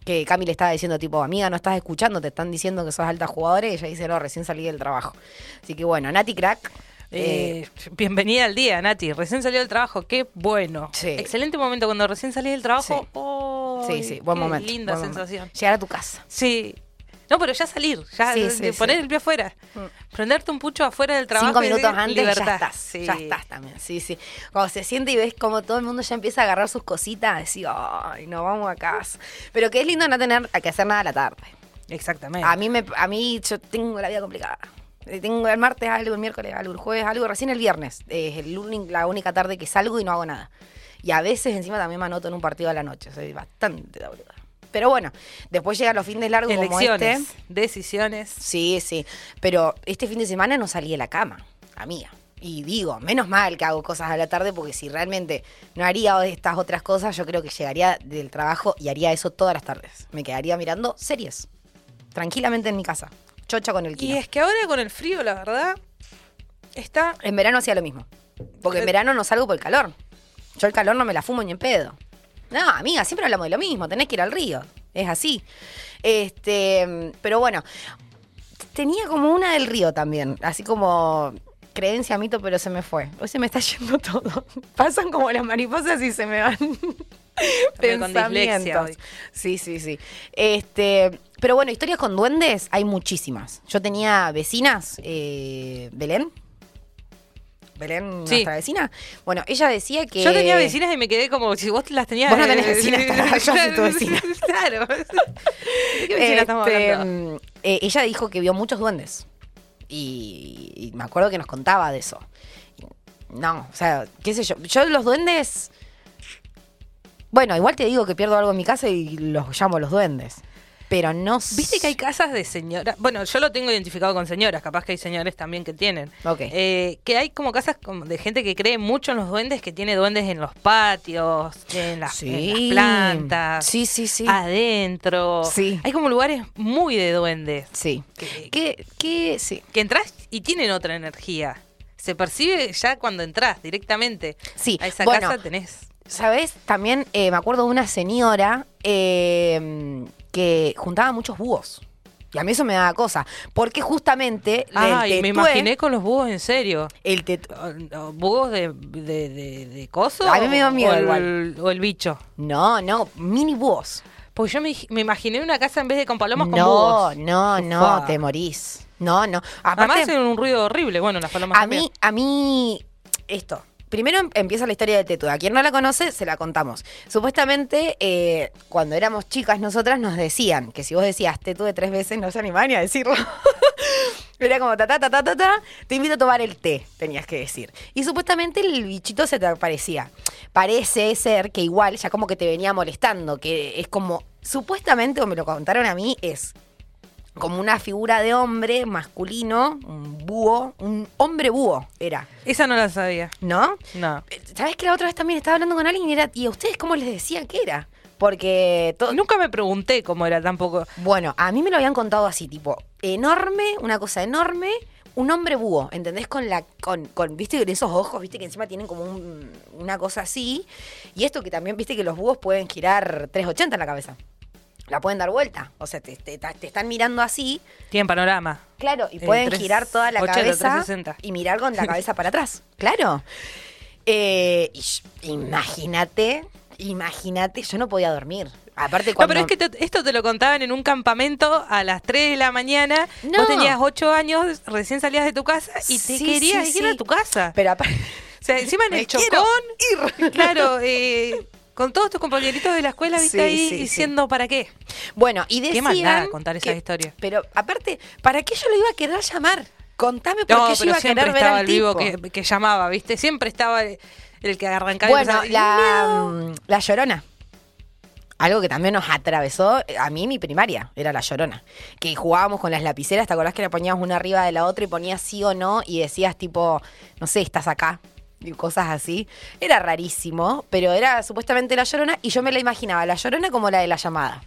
que Cami le estaba diciendo, tipo, amiga, no estás escuchando, te están diciendo que sos alta jugadora, y ella dice, no, recién salí del trabajo. Así que bueno, Nati Crack. Eh, bienvenida al día, Nati. Recién salió del trabajo, qué bueno. Sí. Excelente momento cuando recién salí del trabajo. Sí. Oh, Sí, sí, buen qué momento. linda buen sensación. momento. Llegar a tu casa. Sí. No, pero ya salir, ya Sí, de, sí, de sí. poner el pie afuera. Mm. Prenderte un pucho afuera del trabajo. Cinco y minutos decir, antes libertad. ya estás. Sí. Ya estás también, sí, sí. Cuando se siente y ves como todo el mundo ya empieza a agarrar sus cositas, decís, ay, no, vamos a casa. Pero que es lindo no tener que hacer nada a la tarde. Exactamente. A mí, me, a mí yo tengo la vida complicada. Eh, Tengo el martes algo, el miércoles algo, el jueves algo, recién el viernes. Es el uni- la única tarde que salgo y no hago nada. Y a veces encima también me anoto en un partido a la noche. Soy bastante boluda. Pero bueno, después llegan los fines largos como Elecciones, este. decisiones. Sí, sí. Pero este fin de semana no salí de la cama, amiga. Y digo, menos mal que hago cosas a la tarde, porque si realmente no haría estas otras cosas, yo creo que llegaría del trabajo y haría eso todas las tardes. Me quedaría mirando series, tranquilamente en mi casa, chocha con el Y kino. es que ahora con el frío, la verdad, está... En verano hacía lo mismo, porque en verano no salgo por el calor. Yo el calor no me la fumo ni en pedo. No, amiga, siempre hablamos de lo mismo, tenés que ir al río, es así. Este, pero bueno, tenía como una del río también, así como creencia, mito, pero se me fue. Hoy se me está yendo todo. Pasan como las mariposas y se me van También con dislexia pensamientos. hoy. Sí, sí, sí. Este, pero bueno, historias con duendes hay muchísimas. Yo tenía vecinas, eh, Belén. Belén, Sí. nuestra vecina. Bueno, ella decía que... Yo tenía vecinas y me quedé como si vos las tenías... Vos no tenés vecinas, tarada, yo soy tu vecina. Claro. ¿De qué vecina estamos Este, hablando? mm, eh, ella dijo que vio muchos duendes. Y, y me acuerdo que nos contaba de eso. No, o sea, qué sé yo. Yo los duendes... Bueno, igual te digo que pierdo algo en mi casa y los llamo los duendes. Pero no... Viste que hay casas de señoras... Bueno, yo lo tengo identificado con señoras, capaz que hay señores también que tienen. Ok. Eh, que hay como casas como de gente que cree mucho en los duendes, que tiene duendes en los patios, en las, en las plantas, Sí, sí, sí. adentro. Sí. Hay como lugares muy de duendes. Sí. Que, ¿Qué? ¿Qué? Sí. que entras y tienen otra energía. Se percibe ya cuando entras directamente. Sí, A esa bueno, casa tenés... ¿Sabes? También eh, me acuerdo de una señora eh, que juntaba muchos búhos. Y a mí eso me daba cosa. Porque justamente... el Ay, me tetué- imaginé con los búhos en serio. El tetu- O- o ¿Búhos de, de, de, de coso? A mí me dio miedo o el, igual. o el bicho. No, no, mini búhos. Porque yo me, me imaginé una casa en vez de con palomas con no, búhos. no, no, Ufua. te morís. No, no. Además Aparte, hacen un ruido horrible. Bueno, las palomas a también. mí, a mí, esto. Primero em- empieza la historia de Tetu. A quien no la conoce, se la contamos. Supuestamente, eh, cuando éramos chicas, nosotras nos decían que si vos decías Tetu de tres veces, no se animaban ni a decirlo. Era como ta ta ta ta ta ta, te invito a tomar el té, tenías que decir. Y supuestamente el bichito se te aparecía. Parece ser que igual ya como que te venía molestando, que es como, supuestamente, o me lo contaron a mí, es como una figura de hombre masculino, un búho, un hombre búho era, Esa no la sabía. ¿no? No. ¿Sabes que la otra vez también estaba hablando con alguien y, era, y a ustedes cómo les decía que era? Porque todo... Nunca me pregunté cómo era tampoco. Bueno, a mí me lo habían contado así, tipo, enorme, una cosa enorme, un hombre búho, ¿entendés? Con la, con, con, viste, con esos ojos, viste, que encima tienen como un- una cosa así. Y esto que también, viste, que los búhos pueden girar trescientos ochenta en la cabeza. La pueden dar vuelta. O sea, te, te- te están mirando así, Tienen panorama. claro, y Eh, pueden tres- girar toda la ochenta, cabeza trescientos sesenta. y mirar con la cabeza para atrás. Claro. Eh, y sh- imagínate, imagínate, yo no podía dormir. Aparte No, cuando... pero es que te- esto te lo contaban en un campamento a las tres de la mañana. No. Vos tenías ocho años, recién salías de tu casa y te Sí, querías sí, ir sí. a tu casa. Pero aparte... O sea, encima en Me el quiero chocón, claro, eh, con todos tus compañeritos de la escuela, viste Sí, ahí sí, sí. diciendo para qué. Bueno, y Qué decían... maldad contar esas que- historias. Pero aparte, ¿para qué yo lo iba a querer llamar? Contame por No, qué yo pero iba a siempre querer ver estaba al el vivo tipo. que, que llamaba, viste, siempre estaba el, el que arrancaba. y Bueno, empezaba, la, "Miedo". mm, la Llorona. Algo que también nos atravesó, eh, a mí mi primaria, era la Llorona. Que jugábamos con las lapiceras, ¿te acordás que le poníamos una arriba de la otra y ponías sí o no? Y decías tipo, no sé, estás acá. Y cosas así. Era rarísimo, pero era supuestamente la Llorona y yo me la imaginaba, la Llorona como la de la llamada.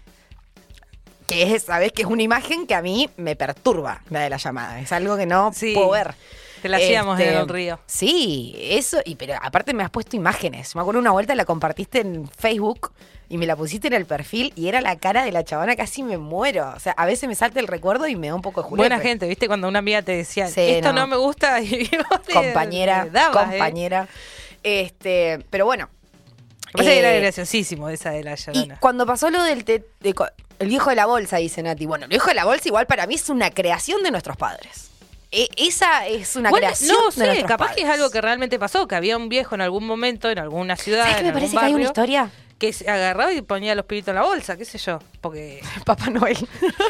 Que es, ¿sabés? Que es una imagen que a mí me perturba, la de la llamada. Es algo que no Sí. puedo ver. Te la hacíamos Este, en el río. Sí, eso, y pero aparte me has puesto imágenes. Me acuerdo una vuelta la compartiste en Facebook y me la pusiste en el perfil y era la cara de la chabona, casi me muero. O sea, a veces me salta el recuerdo y me da un poco de julepe. Buena gente, ¿viste? Cuando una amiga te decía, Sí, esto no. no. me gusta, y vos le- Compañera, le dabas, ¿eh? compañera. Este, pero bueno. Me parece que eh, era graciosísimo esa de la Y Llorona. cuando pasó lo del te- de co- el viejo de la bolsa, dice Nati. Bueno, el viejo de la bolsa igual para mí es una creación de nuestros padres. E- esa es una Bueno, creación no de sé, nuestros capaz padres. que es algo que realmente pasó, que había un viejo en algún momento, en alguna ciudad, ¿Sabes qué en me algún parece que hay una barrio, historia? que se agarraba y ponía los pibitos en la bolsa, qué sé yo, porque... Papá Noel.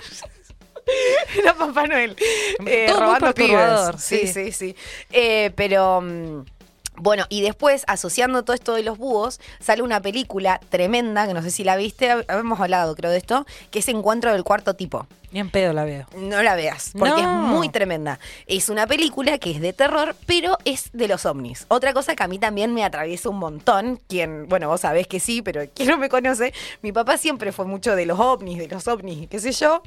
Era Papá Noel. Eh, Todo muy robando perturbador, pibes. Sí, sí. sí, sí. Eh, pero... mm, bueno, y después, asociando todo esto de los búhos, sale una película tremenda, que no sé si la viste, hab- habíamos hablado creo de esto, que es Encuentro del Cuarto Tipo. Ni en pedo la veo. No la veas, porque No. es muy tremenda. Es una película que es de terror, pero es de los ovnis. Otra cosa que a mí también me atraviesa un montón, quien, bueno, vos sabés que sí, pero quien no me conoce, mi papá siempre fue mucho de los ovnis, de los ovnis, y qué sé yo.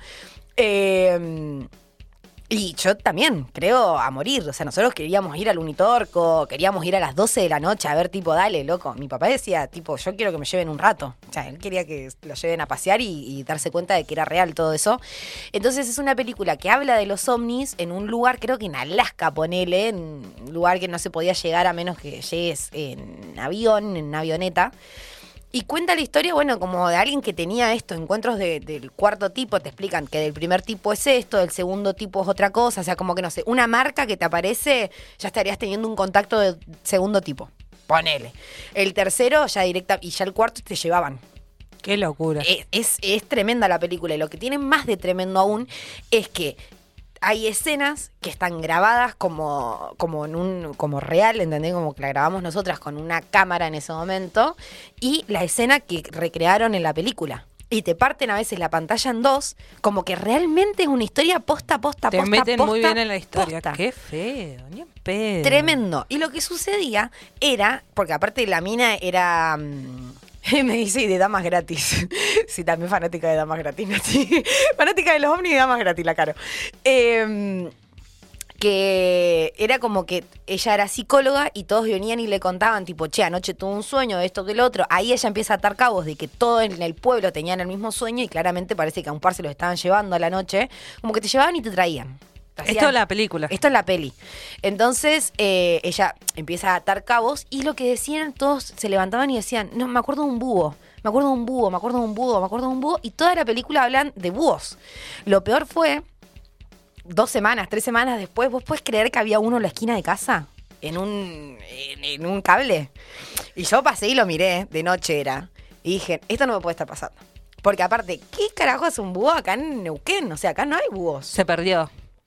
Eh, y yo también, creo, a morir. O sea, nosotros queríamos ir al Unitorco, queríamos ir a las doce de la noche a ver, tipo, dale, loco. Mi papá decía, tipo, yo quiero que me lleven un rato. O sea, él quería que lo lleven a pasear y, y darse cuenta de que era real todo eso. Entonces es una película que habla de los ovnis en un lugar, creo que en Alaska, ponele, en un lugar que no se podía llegar a menos que llegues en avión, en avioneta. Y cuenta la historia, bueno, como de alguien que tenía esto, encuentros de- del cuarto tipo, te explican que del primer tipo es esto, del segundo tipo es otra cosa, o sea, como que no sé, una marca que te aparece, ya estarías teniendo un contacto de segundo tipo, ponele. El tercero ya directa, y ya el cuarto te llevaban. Qué locura. Es, es, es tremenda la película, y lo que tiene más de tremendo aún es que hay escenas que están grabadas como, como en un, como real, ¿entendés? Como que la grabamos nosotras con una cámara en ese momento, y la escena que recrearon en la película. Y te parten a veces la pantalla en dos, como que realmente es una historia posta, posta, Te posta, meten muy posta, bien en la historia. posta. Qué feo, ni en pedo. Tremendo. Y lo que sucedía era, porque aparte la mina era... mm, me dice, y de damas gratis. Sí, también fanática de damas gratis, ¿no? Sí. Fanática de los ovnis y damas gratis, la caro. Eh, que era como que ella era psicóloga y todos venían y le contaban, tipo, che, anoche tuve un sueño de esto que lo otro. Ahí ella empieza a atar cabos de que todos en el pueblo tenían el mismo sueño y claramente parece que a un par se los estaban llevando a la noche. Como que te llevaban y te traían. Te Esto hacían- es la película. esto es la peli. Entonces, eh, ella empieza a atar cabos y lo que decían, todos se levantaban y decían, no, me acuerdo de un búho, me acuerdo de un búho, me acuerdo de un búho, me acuerdo de un búho. Y toda la película hablan de búhos. Lo peor fue, dos semanas, tres semanas después, ¿vos podés creer que había uno en la esquina de casa? En un, en, en un cable. Y yo pasé y lo miré, de noche era. Y dije, esto no me puede estar pasando. Porque aparte, ¿qué carajo hace un búho acá en Neuquén? O sea, acá no hay búhos. Se perdió.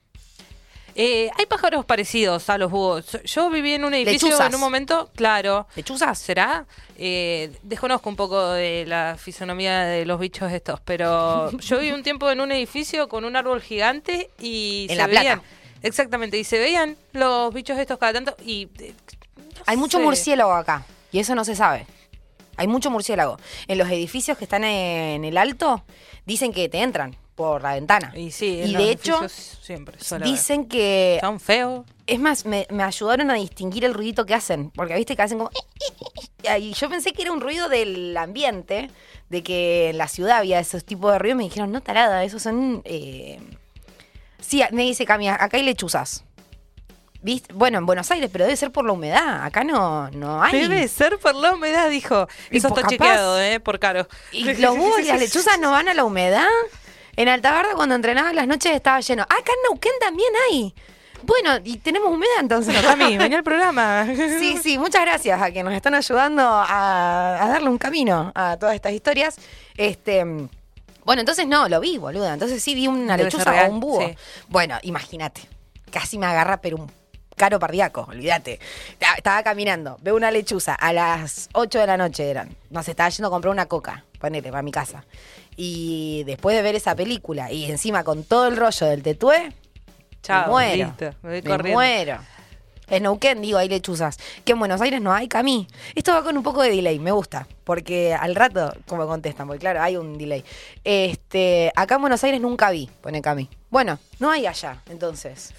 Eh, hay pájaros parecidos a los búhos. Yo viví en un edificio Lechuzas. en un momento, claro. ¿Lechuzas? ¿Será? Eh, desconozco un poco de la fisonomía de los bichos estos, pero yo viví un tiempo en un edificio con un árbol gigante y En se La Plata. veían. Exactamente, y se veían los bichos estos cada tanto y... eh, no Hay mucho sé. murciélago acá y eso no se sabe. Hay mucho murciélago. En los edificios que están en el alto dicen que te entran por la ventana. Y sí, en Y los de hecho, edificios siempre suele haber. dicen que... Son feos. Es más, me, me ayudaron a distinguir el ruidito que hacen. Porque viste que hacen como... Y yo pensé que era un ruido del ambiente, de que en la ciudad había esos tipos de ruidos. Me dijeron, no, tarada, esos son... eh". Sí, me dice Cami, acá hay lechuzas. ¿Viste? Bueno, en Buenos Aires, pero debe ser por la humedad. Acá no, no hay. Debe ser por la humedad, dijo. Y Eso por está capaz- chequeado, ¿eh? Por caro. ¿Y los búhos y las lechuzas no van a la humedad? En Altabarda, cuando entrenaba en las noches, estaba lleno. Ah, acá en Neuquén también hay. Bueno, y tenemos humedad entonces. Bueno, Cami, venía al programa. Sí, sí, muchas gracias a quienes nos están ayudando a, a darle un camino a todas estas historias. Este, bueno, entonces no, lo vi, boluda. Entonces sí vi una Debe ser lechuza real, o un búho. sí. Bueno, imagínate. Casi me agarra, pero un caro cardíaco, olvídate. Ta- Estaba caminando, veo una lechuza a las ocho de la noche eran. No sé, estaba yendo a comprar una coca, ponele, para mi casa. Y después de ver esa película y encima con todo el rollo del tetué, Chao, me muero. listo, me voy me corriendo. muero. En Neuquén, digo, hay lechuzas. Que en Buenos Aires no hay, Cami. Esto va con un poco de delay, me gusta. Porque al rato, como contestan, porque claro, hay un delay. Este, acá en Buenos Aires nunca vi, pone Cami. Bueno, no hay allá, entonces.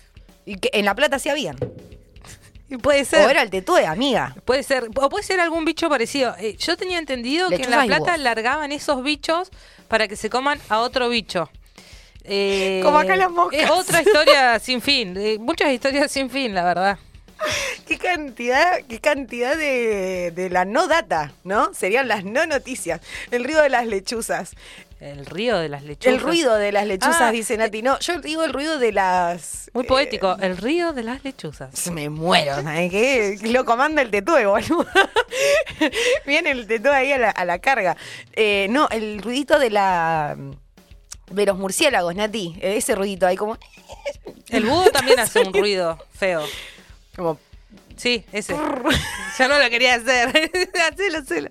Y que en La Plata sí habían. Y puede ser. O era el tetue, amiga. Puede ser, o puede ser algún bicho parecido. Eh, yo tenía entendido que en Lechuza La y Plata vos. largaban esos bichos para que se coman a otro bicho. Eh, Como acá las moscas. Es otra historia sin fin. eh, muchas historias sin fin, la verdad. Qué cantidad, qué cantidad de, de la no data, ¿no? Serían las no noticias. El ruido de las lechuzas. El río de las lechuzas. El ruido de las lechuzas, Ah, dice Nati. No, yo digo el ruido de las... Muy eh, poético. El río de las lechuzas. Me muero, ¿sabes qué? Lo comanda el tetue, boludo. Viene el tetue ahí a la, a la carga. Eh, no, el ruidito de la... De los murciélagos, Nati. Ese ruidito ahí como... El búho también hace un ruido feo. Como... Sí, ese. Ya no lo quería hacer. Hacelo, hacelo.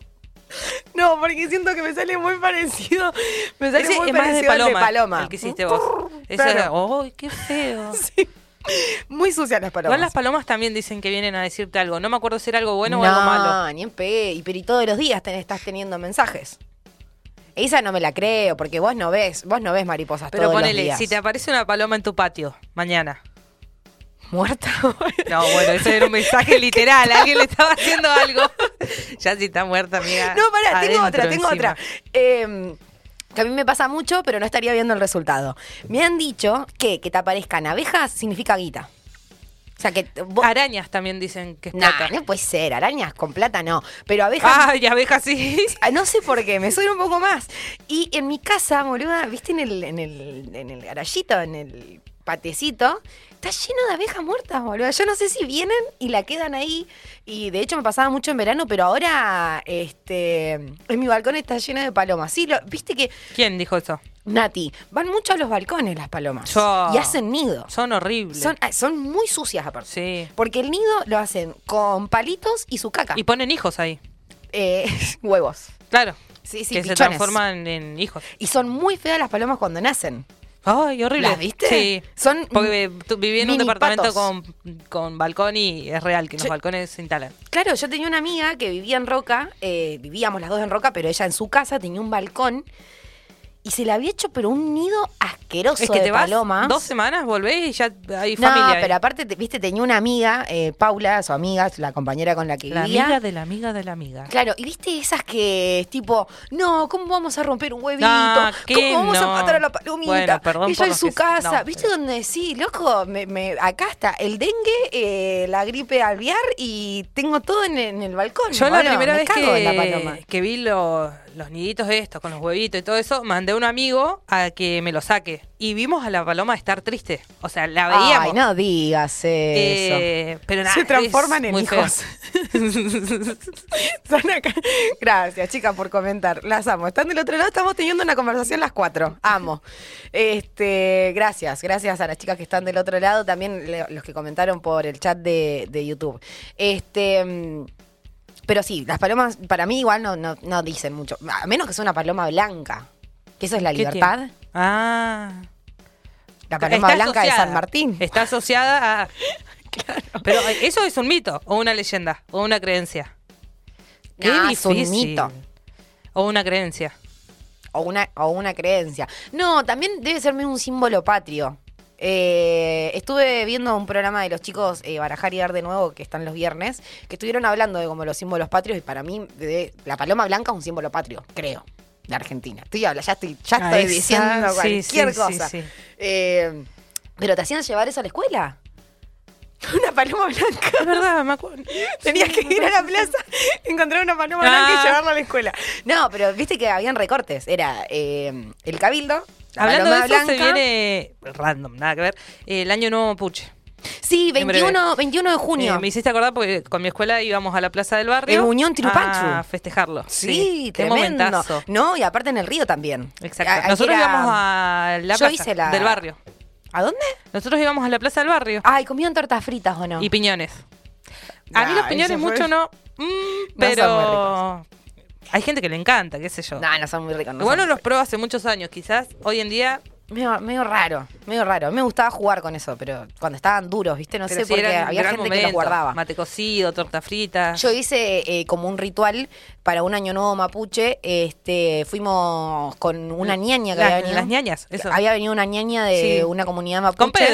No, porque siento que me sale muy parecido. Me sale Ese muy es más de parecido al paloma, de paloma. el que hiciste vos. Ese Claro. era, ¡ay, qué feo! Sí. Muy sucias las palomas. Igual las palomas también dicen que vienen a decirte algo. No me acuerdo si era algo bueno no, o algo malo. ni en pe. Y pero y todos los días ten- estás teniendo mensajes. Esa no me la creo, porque vos no ves, vos no ves mariposas Pero todos los ponele, días. si te aparece una paloma en tu patio mañana. Muerta. No, bueno, ese era un mensaje literal. Alguien le estaba haciendo algo. Ya si está muerta, amiga. No, pará, tengo adentro, otra, tengo encima. otra. Eh, que a mí me pasa mucho, pero no estaría viendo el resultado. Me han dicho que que te aparezcan abejas significa guita. O sea que vos... Arañas también dicen que es Nah, plata. no puede ser, arañas con plata no. Pero abejas... Ay, abejas sí. Ah, no sé por qué, me suena un poco más. Y en mi casa, boluda, viste en el, en el, en el garallito, en el patecito, está lleno de abejas muertas, boluda. Yo no sé si vienen y la quedan ahí. Y de hecho me pasaba mucho en verano, pero ahora este en mi balcón está lleno de palomas. Sí, lo- viste que, ¿Quién dijo eso? Nati, van mucho a los balcones las palomas. Yo- Y hacen nido. Son horribles. Son, ah, son muy sucias aparte. Sí. Porque el nido lo hacen con palitos y su caca. Y ponen hijos ahí. Eh, huevos. Claro. Sí, sí, que se pichones. transforman en hijos. Y son muy feas las palomas cuando nacen. Ay, horrible. ¿Las viste? Sí. Son Porque tú- viví en un mini departamento patos. con, con balcón y es real que los Yo- balcones se instalan. Claro, yo tenía una amiga que vivía en Roca, eh, vivíamos las dos en Roca, pero ella en su casa tenía un balcón y se le había hecho pero un nido asqueroso Es que de te vas palomas. dos semanas, volvés y ya hay No, familia. ahí. pero aparte, te- viste, tenía una amiga, eh, Paula, su amiga, la compañera con la que La vivía. amiga de la amiga de la amiga. Claro, y viste esas que es tipo, no, ¿cómo vamos a romper un huevito? Ah, ¿qué ¿Cómo vamos no? a matar a la palomita? Bueno, perdón Ella por en los su que- casa, no, ¿viste? pero- Donde sí, loco, me, me- acá está el dengue, eh, la gripe aviar y tengo todo en, en el balcón. Yo la boludo, primera me vez cago en la paloma. que, que vi lo- los niditos estos con los huevitos y todo eso, mandé a un amigo a que me lo saque. Y vimos a la paloma estar triste. O sea, la veíamos. Ay, no digas eso. Eh, pero nada, Se transforman es en muy feo. hijos. Son acá. Gracias, chicas, por comentar. Las amo. Están del otro lado, estamos teniendo una conversación las cuatro. Amo. Este, gracias, gracias a las chicas que están del otro lado, también le- los que comentaron por el chat de, de YouTube. Este. mm, Pero sí, las palomas para mí igual no, no, no dicen mucho. A menos que sea una paloma blanca. Que eso es la ¿Qué libertad. tiene? Ah. La paloma Está blanca de asociada. San Martín. Está asociada a... Pero eso es un mito, o una leyenda, o una creencia. Qué No, es un difícil. mito. O una creencia. O una, o una creencia. No, también debe serme un símbolo patrio. Eh, estuve viendo un programa de los chicos eh, Barajar y Dar de Nuevo, que están los viernes, que estuvieron hablando de como los símbolos patrios, y para mí de- la paloma blanca es un símbolo patrio, creo, de Argentina. Estoy habla, ya estoy, ya Ah, estoy esa, diciendo sí, cualquier sí, cosa. sí, sí. Eh, pero te hacían llevar eso a la escuela. Una paloma blanca. Es verdad, me acuerdo. Tenías Sí, que me ir a la parece. plaza, encontrar una paloma blanca y Ah. llevarla a la escuela. No, pero viste que habían recortes. Era eh, el cabildo, la Hablando de paloma eso, se blanca. viene random, nada que ver. eh, el año nuevo Mapuche. Sí, en breve. veintiuno, veintiuno de junio. Eh, me hiciste acordar porque con mi escuela íbamos a la plaza del barrio. En Unión Tirupanchu. A festejarlo. Sí, qué tremendo. momentazo. No, y aparte en el río también. Exacto. A- aquí Nosotros era- íbamos a la Yo plaza hice la- del barrio. ¿A dónde? Nosotros íbamos a la plaza del barrio. Ay, ¿comían tortas fritas o no? Y piñones. A mí Nah, los piñones eso fue- mucho no. mm, No son pero hay gente que le encanta, qué sé yo. No, no son muy ricos. No Igual no son los pruebo hace muchos años. Quizás hoy en día. medio, medio raro, medio raro. Me gustaba jugar con eso, pero cuando estaban duros, ¿viste? No pero sé sí por qué. eran un Había gran gente que momento. los guardaba. Mate cocido, torta frita. Yo hice eh, como un ritual para un año nuevo mapuche. Este, fuimos con una ñaña que Las- había venido. las ñañas, eso. Había venido una ñaña de Sí. una comunidad mapuche. Con Pedro.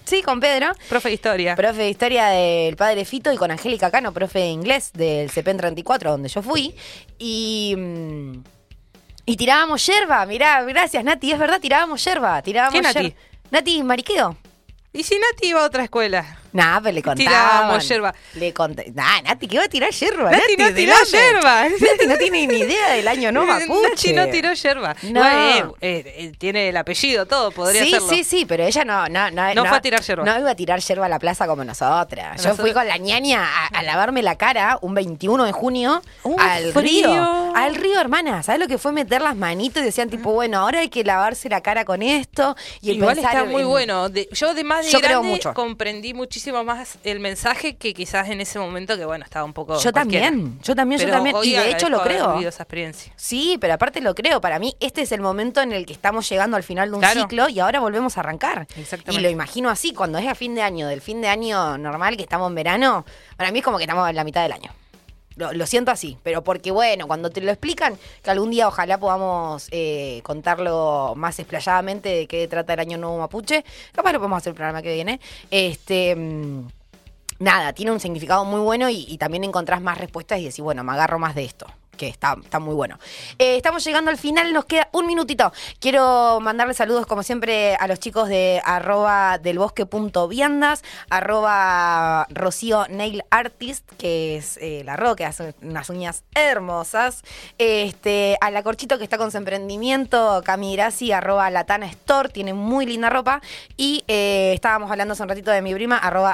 Sí, con Pedro. Profe de historia. Profe de historia del padre Fito y con Angélica Cano, profe de inglés del C P N treinta y cuatro, donde yo fui. Y... mm, y tirábamos yerba, mirá, gracias Nati, es verdad, tirábamos yerba. Tirábamos ¿Qué Nati? yer- Nati Mariqueo. ¿Y si Nati iba a otra escuela? Nah, pero le contaban. Tirábamos yerba. Le conté. Nah, Nati, ¿qué va a tirar yerba? Nati no ¿de tiró dónde? yerba. Nati no tiene ni idea del año no Nati mapuche. no tiró yerba. No. Bueno, eh, eh, eh, tiene el apellido, todo, podría sí, hacerlo. sí, sí, pero ella no, no, no, No fue a tirar yerba. No iba a tirar yerba a la plaza como nosotras. Yo Nosotros- fui con la ñaña a, a lavarme la cara un veintiuno de junio Uh, al frío. río. Al río, hermana. ¿Sabes lo que fue meter las manitos y decían tipo, bueno, ahora hay que lavarse la cara con esto? Y el Igual pensar está en- muy bueno. De- yo de más de Yo creo grande mucho. comprendí muchísimo más el mensaje que quizás en ese momento que bueno, estaba un poco Yo cualquiera. también, yo también, Pero yo también. hoy Y de hecho lo agradezco haber creo. vivido esa experiencia. Sí, pero aparte lo creo. Para mí, este es el momento en el que estamos llegando al final de un Claro. ciclo y ahora volvemos a arrancar. Exactamente. Y lo imagino así, cuando es a fin de año, del fin de año normal, que estamos en verano, para mí es como que estamos en la mitad del año. Lo, lo siento así, pero porque bueno, cuando te lo explican, que algún día ojalá podamos eh, contarlo más explayadamente de qué trata el Año Nuevo Mapuche, capaz lo podemos hacer el programa que viene. Este... mm, Nada, tiene un significado muy bueno y, y también encontrás más respuestas y decís, bueno, me agarro más de esto, que está, está muy bueno. Eh, estamos llegando al final, nos queda un minutito. Quiero mandarle saludos, como siempre, a los chicos de arroba delbosque.viandas, arroba Rocío Nail Artist, que es eh, la Ro, que hace unas uñas hermosas. Este, a la Corchito, que está con su emprendimiento, Cami Graci, arroba Latana Store, tiene muy linda ropa. Y eh, estábamos hablando hace un ratito de mi prima, arroba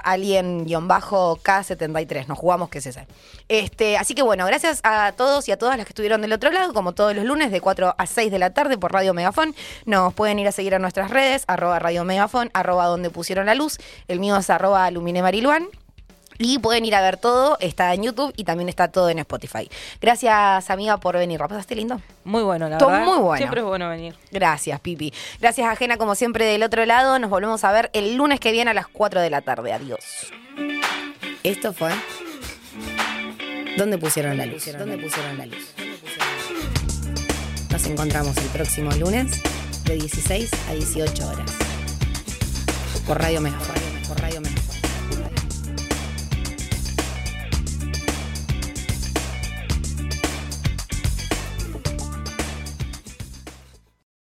alien-K setenta y tres. Nos jugamos, que es ese. Este, así que bueno, gracias a todos y a todas las que estuvieron del otro lado, como todos los lunes de cuatro a seis de la tarde por Radio Megafón. Nos pueden ir a seguir a nuestras redes, arroba Radio Megafón, arroba donde pusieron la luz. El mío es arroba Lumine Mariluán. Y pueden ir a ver todo, está en YouTube y también está todo en Spotify. Gracias, amiga, por venir. ¿La pasaste lindo? Muy bueno, la Todo verdad. muy bueno. Siempre es bueno venir. Gracias, Pipi. Gracias, Ajena, como siempre, del otro lado. Nos volvemos a ver el lunes que viene a las cuatro de la tarde. Adiós. Esto fue ¿Dónde pusieron la luz? ¿Dónde pusieron la luz? Nos encontramos el próximo lunes de dieciséis a dieciocho horas por Radio Megafón. Por Radio Megafón.